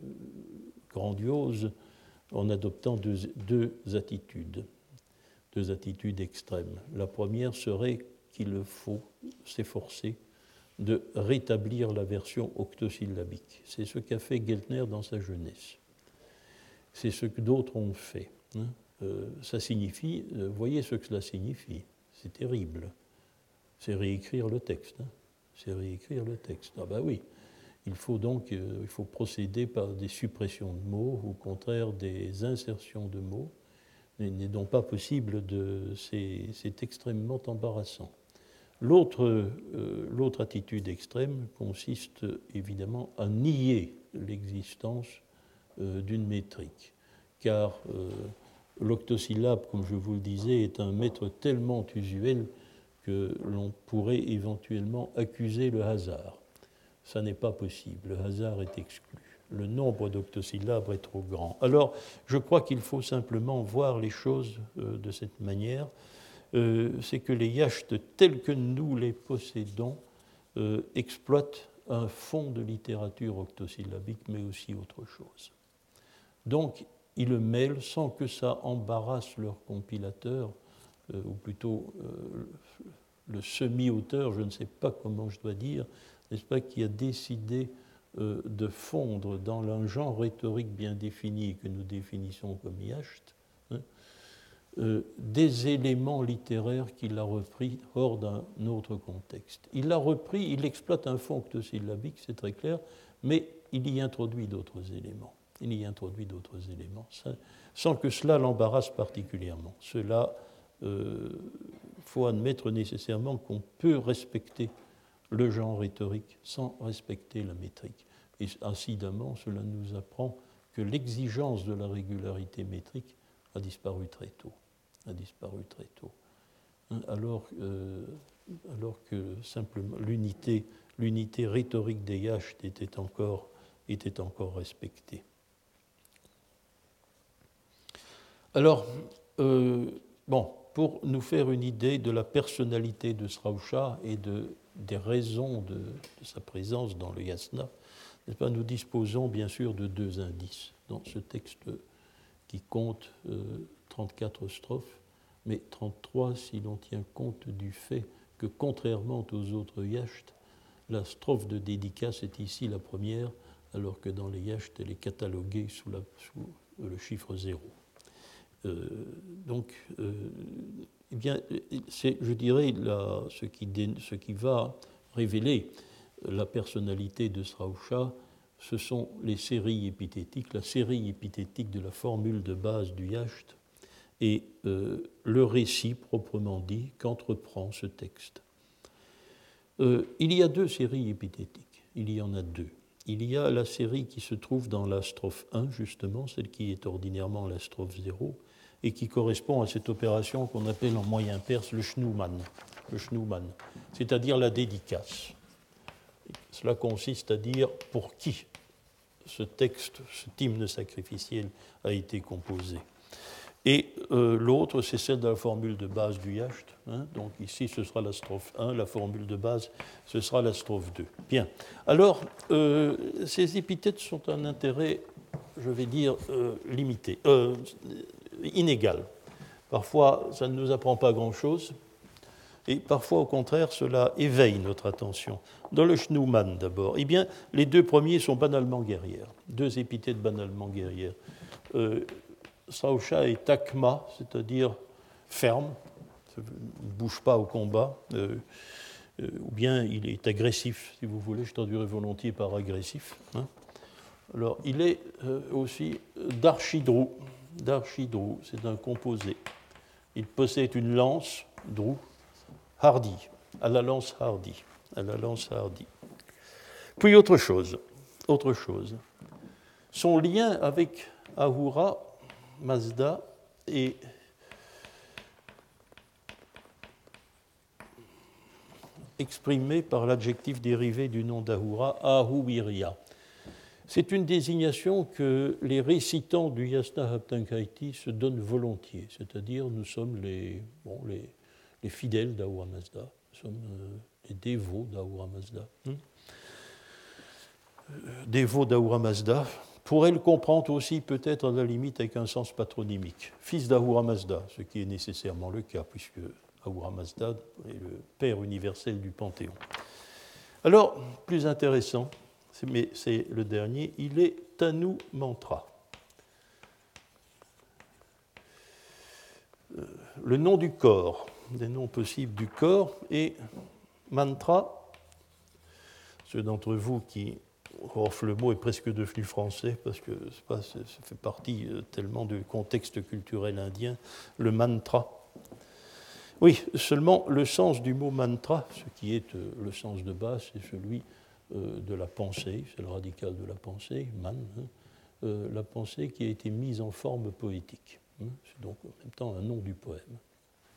grandiose en adoptant deux, deux attitudes, deux attitudes extrêmes. La première serait qu'il faut s'efforcer de rétablir la version octosyllabique. C'est ce qu'a fait Geltner dans sa jeunesse. C'est ce que d'autres ont fait. Hein. Euh, ça signifie, euh, voyez ce que cela signifie, c'est terrible. C'est réécrire le texte. Hein. C'est réécrire le texte. Ah ben oui, il faut donc euh, il faut procéder par des suppressions de mots, au contraire des insertions de mots. Il n'est donc pas possible de... C'est, c'est extrêmement embarrassant. L'autre, euh, l'autre attitude extrême consiste évidemment à nier l'existence euh, d'une métrique, car euh, l'octosyllabe, comme je vous le disais, est un mètre tellement usuel que l'on pourrait éventuellement accuser le hasard. Ça n'est pas possible, le hasard est exclu. Le nombre d'octosyllabes est trop grand. Alors, je crois qu'il faut simplement voir les choses euh, de cette manière. Euh, c'est que les yachts tels que nous les possédons euh, exploitent un fond de littérature octosyllabique, mais aussi autre chose. Donc, ils le mêlent sans que ça embarrasse leur compilateur, euh, ou plutôt euh, le semi-auteur, je ne sais pas comment je dois dire, n'est-ce pas, qui a décidé euh, de fondre dans un genre rhétorique bien défini que nous définissons comme yacht, hein, euh, des éléments littéraires qu'il a repris hors d'un autre contexte. Il l'a repris, il exploite un fond octosyllabique, c'est très clair, mais il y introduit d'autres éléments. Il y introduit d'autres éléments, sans que cela l'embarrasse particulièrement. Cela, il euh, faut admettre nécessairement qu'on peut respecter le genre rhétorique sans respecter la métrique. Et incidemment, cela nous apprend que l'exigence de la régularité métrique a disparu très tôt. A disparu très tôt. Alors, euh, alors que simplement l'unité, l'unité rhétorique des yachts était encore, était encore respectée. Alors, euh, bon, pour nous faire une idée de la personnalité de Srausha et de, des raisons de, de sa présence dans le yasna, n'est-ce pas, nous disposons bien sûr de deux indices dans ce texte qui compte euh, trente-quatre strophes, mais trente-trois si l'on tient compte du fait que, contrairement aux autres yachts, la strophe de dédicace est ici la première, alors que dans les yachts, elle est cataloguée sous, la, sous le chiffre zéro. Euh, donc, euh, eh bien, c'est, je dirais, là, ce, qui dé, ce qui va révéler la personnalité de Srausha, ce sont les séries épithétiques, la série épithétique de la formule de base du yacht et euh, le récit proprement dit qu'entreprend ce texte. Euh, il y a deux séries épithétiques, il y en a deux. Il y a la série qui se trouve dans la strophe un, justement, celle qui est ordinairement la strophe zéro, et qui correspond à cette opération qu'on appelle en moyen perse le shnouman, le shnouman, c'est-à-dire la dédicace. Cela consiste à dire pour qui ce texte, cet hymne sacrificiel a été composé. Et euh, l'autre, c'est celle de la formule de base du yacht. Hein, donc ici, ce sera la strophe un, la formule de base, ce sera la strophe deux. Bien. Alors, euh, ces épithètes sont d'un intérêt, je vais dire, euh, limité, euh, inégal. Parfois, ça ne nous apprend pas grand-chose, et parfois, au contraire, cela éveille notre attention. Dans le Shnouman, d'abord, eh bien, les deux premiers sont banalement guerrières, deux épithètes banalement guerrières. Euh, Srausha est takma, c'est-à-dire ferme, ne bouge pas au combat, euh, euh, ou bien il est agressif, si vous voulez, je traduirais volontiers par agressif. Hein. Alors, il est euh, aussi d'archidrou, d'archidrou, c'est un composé. Il possède une lance, drou, hardi, à la lance hardi, à la lance hardi. Puis autre chose, autre chose. Son lien avec Ahura Mazda est exprimé par l'adjectif dérivé du nom d'Ahura, Ahuvirya. C'est une désignation que les récitants du Yasna Haptankaiti se donnent volontiers, c'est-à-dire nous sommes les, bon, les, les fidèles d'Ahura Mazda, nous sommes euh, les dévots d'Ahura Mazda. Hum euh, dévots d'Ahura Mazda, pourrait le comprendre aussi peut-être à la limite avec un sens patronymique, fils d'Ahura Mazda, ce qui est nécessairement le cas, puisque Ahura Mazda est le père universel du Panthéon. Alors, plus intéressant, mais c'est le dernier, il est Tanu Mantra. Le nom du corps, des noms possibles du corps, et mantra, ceux d'entre vous qui, oh, le mot est presque devenu français, parce que c'est pas, ça fait partie tellement du contexte culturel indien, le mantra. Oui, seulement le sens du mot mantra, ce qui est le sens de base, c'est celui de la pensée, c'est le radical de la pensée, man, hein, euh, la pensée qui a été mise en forme poétique. Hein, c'est donc en même temps un nom du poème.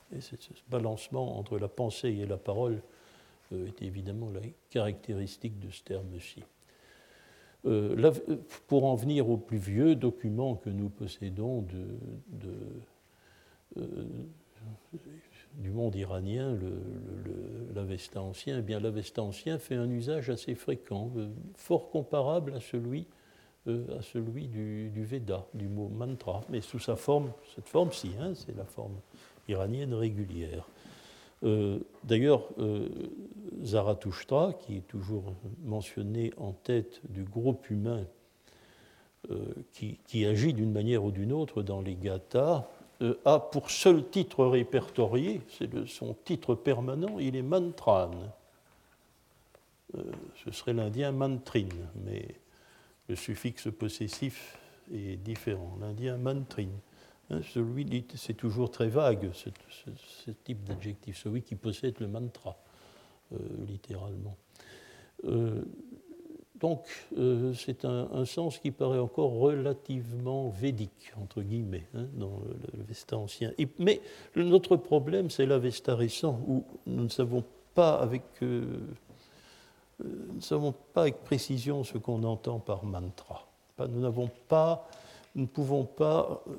Et ce balancement entre la pensée et la parole euh, est évidemment la caractéristique de ce terme-ci. Euh, là, pour en venir au plus vieux document que nous possédons de, de, euh, du monde iranien, le, le, l'Avesta ancien, eh bien l'Avesta ancien fait un usage assez fréquent, euh, fort comparable à celui, euh, à celui du, du Veda, du mot mantra, mais sous sa forme, cette forme-ci, hein, c'est la forme iranienne régulière. Euh, d'ailleurs, euh, Zarathustra, qui est toujours mentionné en tête du groupe humain euh, qui, qui agit d'une manière ou d'une autre dans les gathas, euh, a pour seul titre répertorié, c'est le, son titre permanent, il est Mantran. Euh, ce serait l'indien Mantrin, mais le suffixe possessif est différent. L'indien Mantrin. Hein, celui, c'est toujours très vague, ce, ce, ce type d'adjectif, celui qui possède le mantra, euh, littéralement. Euh, donc, euh, c'est un, un sens qui paraît encore relativement védique, entre guillemets, hein, dans le, le Vesta ancien. Et, mais notre problème, c'est l'Avesta récent, où nous ne savons pas avec, euh, nous ne savons pas avec précision ce qu'on entend par mantra. Nous n'avons pas... Nous ne pouvons pas euh,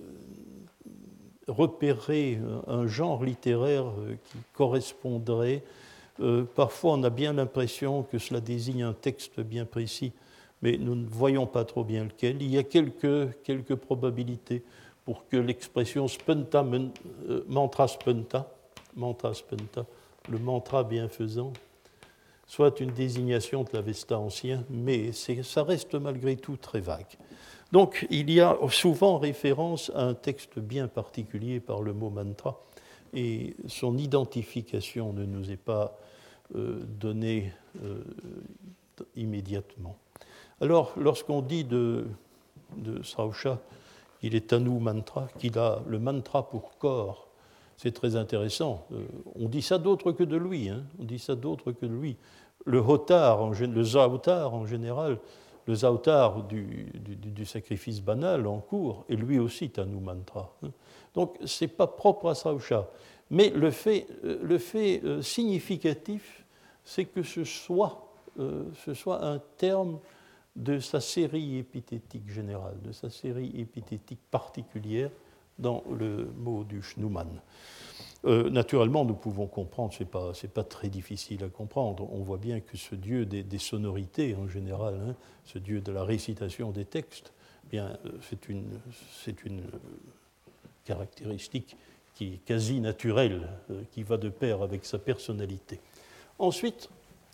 repérer un genre littéraire qui correspondrait. Euh, parfois, on a bien l'impression que cela désigne un texte bien précis, mais nous ne voyons pas trop bien lequel. Il y a quelques, quelques probabilités pour que l'expression spenta, euh, mantra spenta, mantra spenta, le mantra bienfaisant, soit une désignation de l'Avesta ancien, mais c'est, ça reste malgré tout très vague. Donc, il y a souvent référence à un texte bien particulier par le mot mantra, et son identification ne nous est pas euh, donnée euh, immédiatement. Alors, lorsqu'on dit de, de Srausha qu'il est Tanu mantra, qu'il a le mantra pour corps, c'est très intéressant. Euh, on dit ça d'autre que de lui, hein, on dit ça d'autre que de lui. Le hotar, le zaotar en général, le zaotar du, du, du sacrifice banal en cours est lui aussi Tanu mantra. Donc, ce n'est pas propre à Srausha. Mais le fait, le fait euh, significatif, c'est que ce soit, euh, ce soit un terme de sa série épithétique générale, de sa série épithétique particulière dans le mot du Shnuman. Euh, naturellement, nous pouvons comprendre, ce n'est pas, c'est pas très difficile à comprendre, on voit bien que ce dieu des, des sonorités en général, hein, ce dieu de la récitation des textes, eh bien, c'est une, c'est une caractéristique qui est quasi naturelle, euh, qui va de pair avec sa personnalité. Ensuite,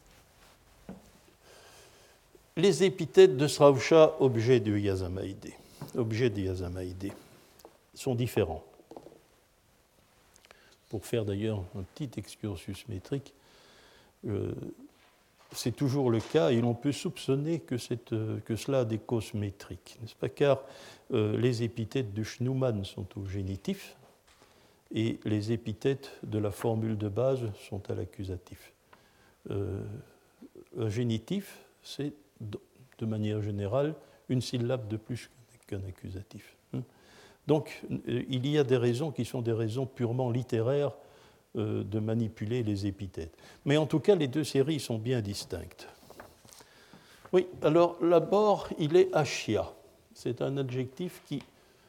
les épithètes de Srausha, objet de Yazamaïdé, objet de Yazamaïdé, sont différents. Pour faire d'ailleurs un petit excursus métrique, euh, c'est toujours le cas et l'on peut soupçonner que, cette, que cela a des causes métriques, n'est-ce pas, car euh, les épithètes de Shnuman sont au génitif et les épithètes de la formule de base sont à l'accusatif. Euh, un génitif, c'est de manière générale une syllabe de plus qu'un accusatif. Donc, il y a des raisons qui sont des raisons purement littéraires euh, de manipuler les épithètes. Mais en tout cas, les deux séries sont bien distinctes. Oui, alors d'abord, il est Ashia. C'est un adjectif qui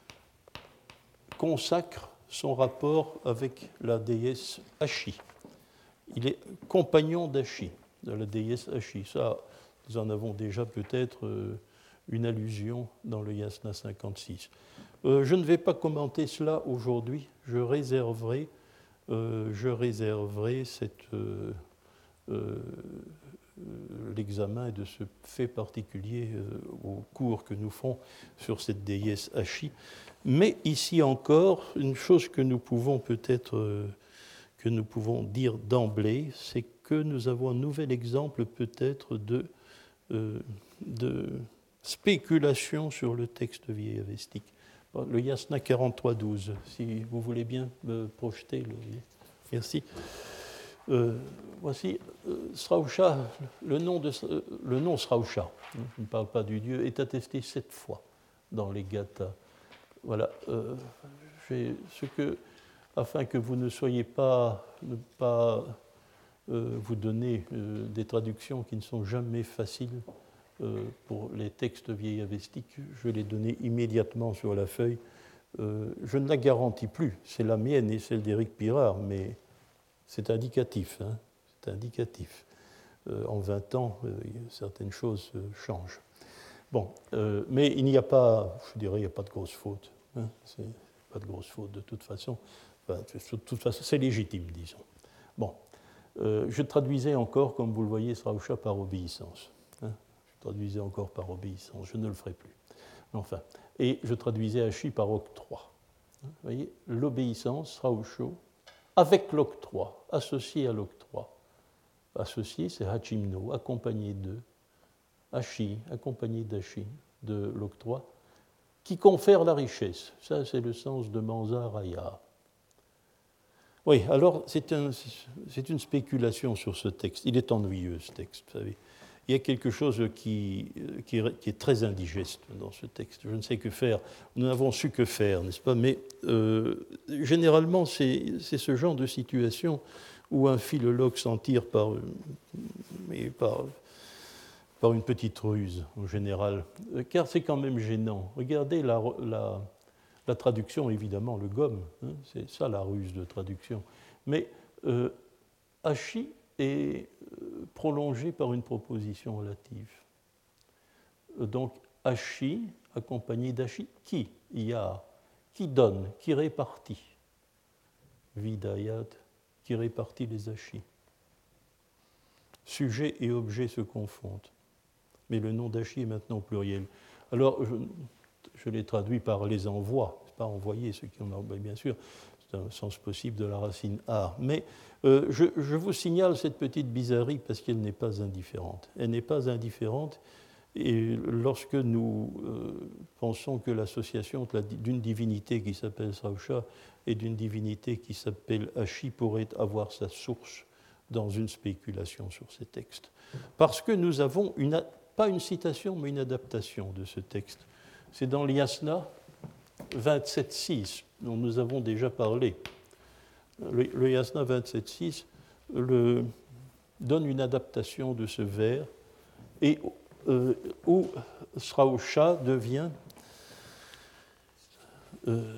consacre son rapport avec la déesse Ashi. Il est compagnon d'Ashi, de la déesse Ashi. Ça, nous en avons déjà peut-être euh, une allusion dans le Yasna cinquante-six. Euh, je ne vais pas commenter cela aujourd'hui, je réserverai, euh, je réserverai cette, euh, euh, l'examen de ce fait particulier euh, au cours que nous ferons sur cette déesse Ashi. Mais ici encore, une chose que nous pouvons peut-être, euh, que nous pouvons dire d'emblée, c'est que nous avons un nouvel exemple peut-être de, euh, de spéculation sur le texte vieillavestique. Le Yasna quarante-trois douze, si vous voulez bien me projeter. Le... Merci. Euh, voici euh, Srausha, le nom, de, euh, le nom Srausha, je ne parle pas du dieu, est attesté sept fois dans les gathas. Voilà. Euh, ce que afin que vous ne soyez pas, ne pas euh, vous donner euh, des traductions qui ne sont jamais faciles euh, pour les textes vieillavestiques, je vais les donner immédiatement sur la feuille. Euh, je ne la garantis plus, c'est la mienne et celle d'Éric Pirard, mais c'est indicatif, hein, c'est indicatif. Euh, en vingt ans, euh, certaines choses euh, changent. Bon, euh, mais il n'y a pas, je dirais, il n'y a pas de grosse faute. Hein, c'est pas de grosse faute de toute façon. Enfin, de toute façon, c'est légitime, disons. Bon, euh, je traduisais encore, comme vous le voyez, Sraosha par obéissance. Hein, je traduisais encore par obéissance, je ne le ferai plus. Enfin, et je traduisais Hachi par octroi. Hein, vous voyez, l'obéissance, Sraosho, avec l'octroi, associé à l'octroi. Associé, c'est Hachimno, accompagné de. Hachi, accompagné d'Hachi, de l'octroi, qui confère la richesse. Ça, c'est le sens de Mansa Raya. Oui, alors, c'est un, c'est une spéculation sur ce texte. Il est ennuyeux, ce texte, vous savez. Il y a quelque chose qui, qui, est, qui est très indigeste dans ce texte. Je ne sais que faire. Nous n'avons su que faire, n'est-ce pas? Mais euh, généralement, c'est, c'est ce genre de situation où un philologue s'en tire par... Mais par par une petite ruse, en général, car c'est quand même gênant. Regardez la, la, la traduction, évidemment, le gomme, hein, c'est ça la ruse de traduction. Mais euh, Hachi est prolongé par une proposition relative. Donc, Hachi, accompagné d'Hachi, qui y a, qui donne, qui répartit. Vidayat, qui répartit les Hachi. Sujet et objet se confondent. Mais le nom d'Hachi est maintenant au pluriel. Alors, je, je l'ai traduit par les envois, c'est pas envoyer, ceux qui ont envoyé, bien sûr, c'est un sens possible de la racine ar. Mais euh, je, je vous signale cette petite bizarrerie parce qu'elle n'est pas indifférente. Elle n'est pas indifférente, et lorsque nous euh, pensons que l'association d'une divinité qui s'appelle Sraosha et d'une divinité qui s'appelle Hachi pourrait avoir sa source dans une spéculation sur ces textes. Parce que nous avons une... pas une citation, mais une adaptation de ce texte. C'est dans l'Yasna vingt-sept six, dont nous avons déjà parlé. Le, le Yasna vingt-sept six le, donne une adaptation de ce vers, et euh, où Sraosha devient euh,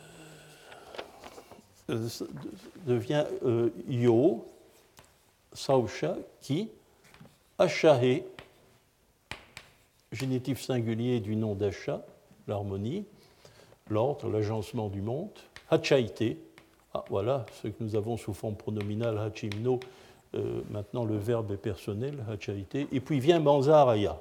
euh, devient euh, Yo, Sraosha, qui, Achahe, génitif singulier du nom d'Acha, l'harmonie, l'ordre, l'agencement du monde, Hachaïté, ah, voilà ce que nous avons sous forme pronominale, Hachimno, euh, maintenant le verbe est personnel, Hachaïté, et puis vient Mansa Raya.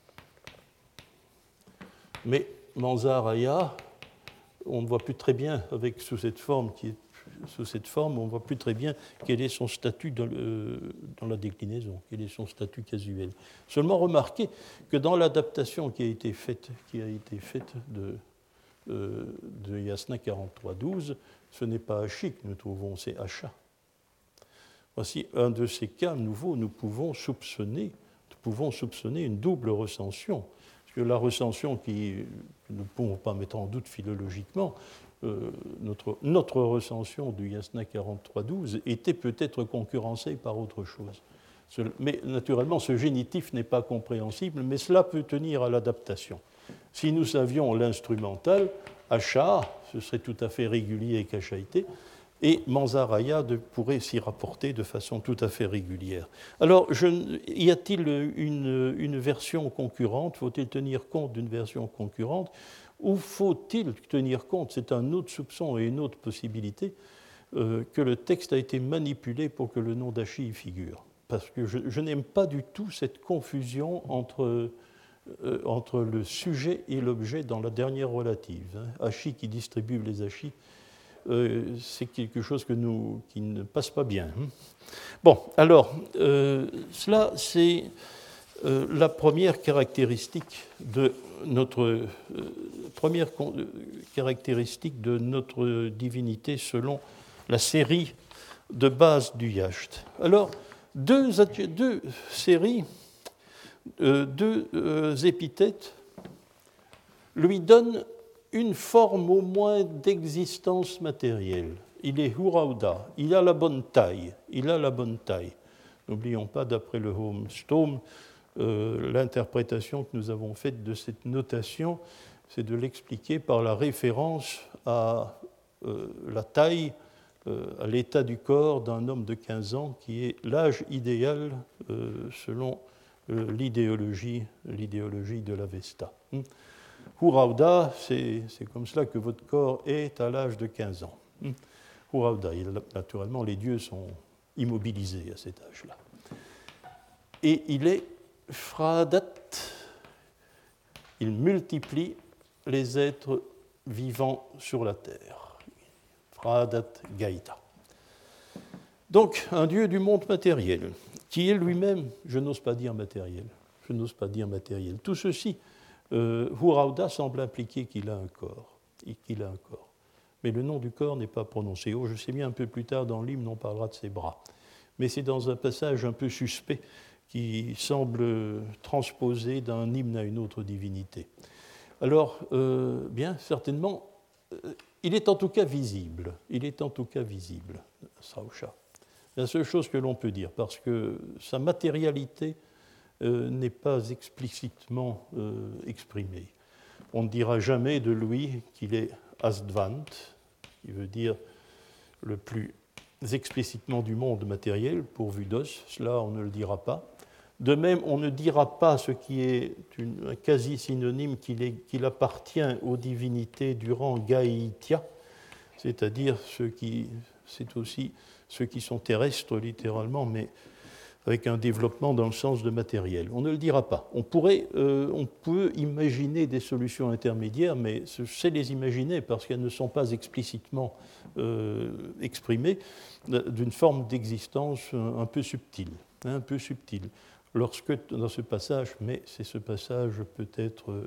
Mais Mansa Raya, on ne voit plus très bien, avec, sous cette forme qui est sous cette forme, on ne voit plus très bien quel est son statut dans, le, dans la déclinaison, quel est son statut casuel. Seulement remarquez que dans l'adaptation qui a été faite, qui a été faite de, euh, de Yasna quarante-trois douze, ce n'est pas Hachi que nous trouvons, c'est Hacha. Voici un de ces cas nouveaux, nous pouvons soupçonner, nous pouvons soupçonner une double recension. Parce que la recension qui, nous ne pouvons pas mettre en doute philologiquement, Euh, notre, notre recension du Yasna quarante-trois douze était peut-être concurrencée par autre chose. Ce, mais naturellement, ce génitif n'est pas compréhensible, mais cela peut tenir à l'adaptation. Si nous savions l'instrumental, Hacha, ce serait tout à fait régulier avec Hachaïté, et Mansa Raya pourrait s'y rapporter de façon tout à fait régulière. Alors, je, y a-t-il une, une version concurrente? Faut-il tenir compte d'une version concurrente? Ou faut-il tenir compte, c'est un autre soupçon et une autre possibilité, euh, que le texte a été manipulé pour que le nom d'Hachi y figure? Parce que je, je n'aime pas du tout cette confusion entre, euh, entre le sujet et l'objet dans la dernière relative. Hein. Hachi qui distribue les Hachis, euh, c'est quelque chose que nous, qui ne passe pas bien. Hein. Bon, alors, euh, cela, c'est euh, la première caractéristique de notre euh, première caractéristique de notre divinité selon la série de base du Yacht. Alors, deux, deux séries, euh, deux euh, épithètes lui donnent une forme au moins d'existence matérielle. il est Hurauda, il a la bonne taille, il a la bonne taille. N'oublions pas, d'après le Holmstone, euh, l'interprétation que nous avons faite de cette notation, c'est de l'expliquer par la référence à euh, la taille, euh, à l'état du corps d'un homme de quinze ans, qui est l'âge idéal euh, selon euh, l'idéologie, l'idéologie de l'Avesta. Hmm. Hurauda, c'est, c'est comme cela que votre corps est à l'âge de quinze ans. Hmm. Hurauda, naturellement, les dieux sont immobilisés à cet âge-là. Et il est Fradat, il multiplie les êtres vivants sur la terre. Fradat Gaïta. Donc, un dieu du monde matériel, qui est lui-même, je n'ose pas dire matériel, je n'ose pas dire matériel. Tout ceci, euh, Hurauda semble impliquer qu'il a un corps, qu'il a un corps. Mais le nom du corps n'est pas prononcé. Oh, je sais bien, un peu plus tard dans l'hymne, on parlera de ses bras. Mais c'est dans un passage un peu suspect qui semble transposer d'un hymne à une autre divinité. Alors, euh, bien, certainement, euh, il est en tout cas visible. Il est en tout cas visible, Sraosha. La seule chose que l'on peut dire, parce que sa matérialité euh, n'est pas explicitement euh, exprimée. On ne dira jamais de lui qu'il est Asdvant, qui veut dire le plus explicitement du monde matériel, pourvu d'os, cela on ne le dira pas. De même, on ne dira pas ce qui est une, un quasi-synonyme qu'il, est, qu'il appartient aux divinités du rang Gaïtia, c'est-à-dire ceux qui, c'est aussi ceux qui sont terrestres littéralement, mais avec un développement dans le sens de matériel. On ne le dira pas. On, pourrait, euh, on peut imaginer des solutions intermédiaires, mais c'est les imaginer parce qu'elles ne sont pas explicitement euh, exprimées d'une forme d'existence un peu subtile, un peu subtile. Lorsque, dans ce passage, mais c'est ce passage peut-être euh,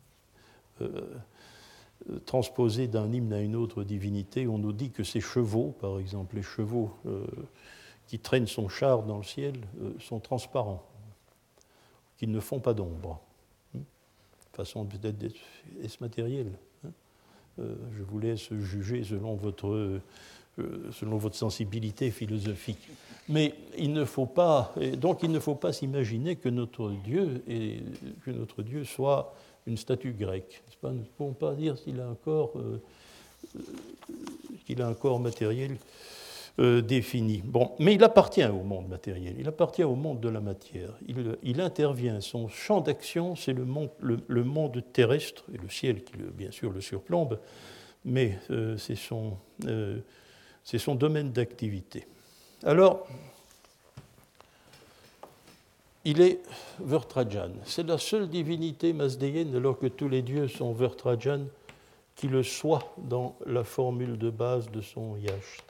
euh, transposé d'un hymne à une autre divinité, on nous dit que ces chevaux, par exemple, les chevaux euh, qui traînent son char dans le ciel, euh, sont transparents, qu'ils ne font pas d'ombre. Hum. Façon peut-être d'être, est-ce matériel, hein? euh, Je vous laisse juger selon votre, euh, selon votre sensibilité philosophique. Mais il ne faut pas, donc il ne faut pas s'imaginer que notre Dieu, est, que notre Dieu soit une statue grecque. Pas, nous ne pouvons pas dire qu'il a un corps, euh, qu'il a un corps matériel Euh, défini. Bon, mais il appartient au monde matériel, il appartient au monde de la matière. Il, il intervient, son champ d'action, c'est le monde, le, le monde terrestre, et le ciel qui, le, bien sûr, le surplombe, mais euh, c'est son, euh, c'est son domaine d'activité. Alors, il est Vertrajan. C'est la seule divinité masdéenne, alors que tous les dieux sont Vertrajan, qui le soit dans la formule de base de son Yasht.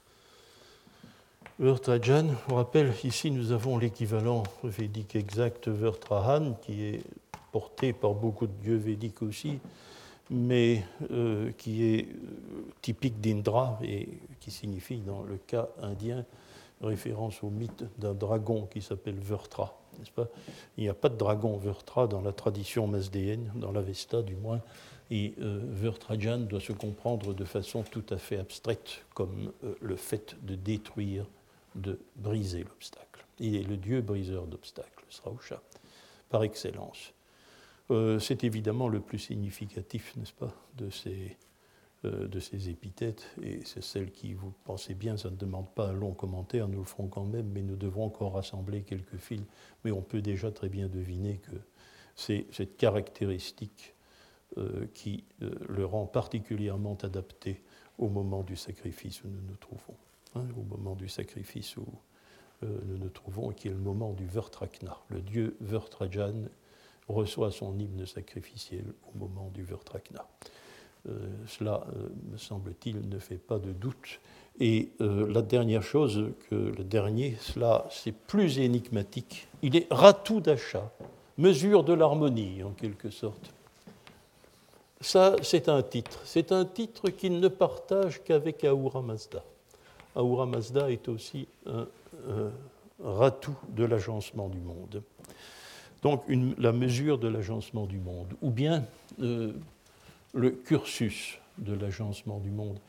Vertrajan, on rappelle, ici nous avons l'équivalent védique exact Vertrahan, qui est porté par beaucoup de dieux védiques aussi, mais euh, qui est typique d'Indra et qui signifie, dans le cas indien, référence au mythe d'un dragon qui s'appelle Vertra, n'est-ce pas ? Il n'y a pas de dragon Vertra dans la tradition masdéenne, dans l'Avesta du moins, et euh, Vertrajan doit se comprendre de façon tout à fait abstraite, comme euh, le fait de détruire, de briser l'obstacle. Il est le dieu briseur d'obstacles, Sraosha, par excellence. Euh, c'est évidemment le plus significatif, n'est-ce pas, de ces, euh, de ces épithètes, et c'est celle qui, vous pensez bien, ça ne demande pas un long commentaire, nous le ferons quand même, mais nous devrons encore rassembler quelques fils, mais on peut déjà très bien deviner que c'est cette caractéristique euh, qui euh, le rend particulièrement adapté au moment du sacrifice où nous nous trouvons. Hein, au moment du sacrifice où euh, nous nous trouvons, qui est le moment du Vertrakna. Le dieu Vertrajan reçoit son hymne sacrificiel au moment du Vertrakna. Euh, cela, euh, me semble-t-il, ne fait pas de doute. Et euh, la dernière chose, que le dernier, cela, c'est plus énigmatique. Il est Ratu Dasha, mesure de l'harmonie, en quelque sorte. Ça, c'est un titre. C'est un titre qu'il ne partage qu'avec Ahura Mazda. Ahura Mazda est aussi un, un ratou de l'agencement du monde. Donc une, la mesure de l'agencement du monde, ou bien euh, le cursus de l'agencement du monde.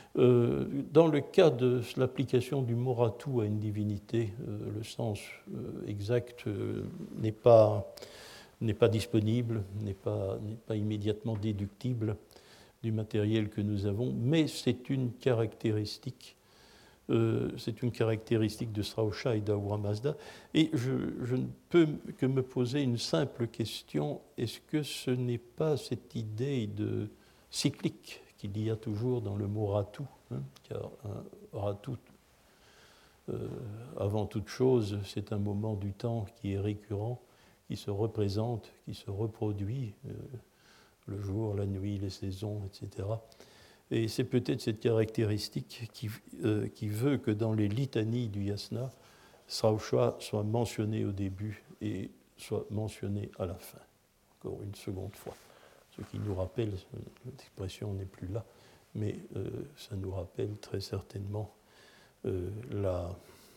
Euh, dans le cas de l'application du mot ratou à une divinité, euh, le sens euh, exact euh, n'est pas, n'est pas disponible, n'est pas, n'est pas immédiatement déductible du matériel que nous avons, mais c'est une caractéristique, euh, c'est une caractéristique de Sraosha et d'Ahura Mazda. Et je, je ne peux que me poser une simple question, est-ce que ce n'est pas cette idée de cyclique qu'il y a toujours dans le mot ratou, hein, car un ratou, euh, avant toute chose, c'est un moment du temps qui est récurrent, qui se représente, qui se reproduit, euh, le jour, la nuit, les saisons, et cetera. Et c'est peut-être cette caractéristique qui, euh, qui veut que dans les litanies du yasna, Sraosha soit mentionné au début et soit mentionné à la fin, encore une seconde fois. Ce qui nous rappelle, l'expression n'est plus là, mais euh, ça nous rappelle très certainement euh, la,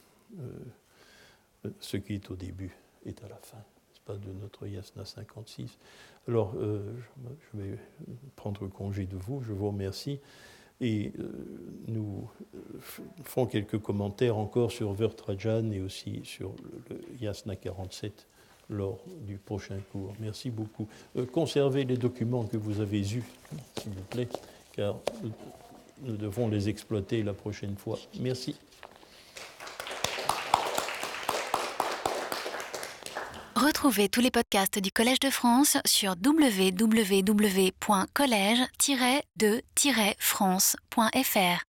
euh, ce qui est au début est à la fin, n'est-ce pas, de notre Yasna cinquante-six. Alors, euh, je vais prendre congé de vous, je vous remercie, et euh, nous ferons quelques commentaires encore sur Vertrajan et aussi sur le, le Yasna quarante-sept. Lors du prochain cours. Merci beaucoup. Euh, conservez les documents que vous avez eus, s'il vous plaît, car nous, nous devrons les exploiter la prochaine fois. Merci. Retrouvez tous les podcasts du Collège de France sur w w w point collège tiret de tiret france point f r.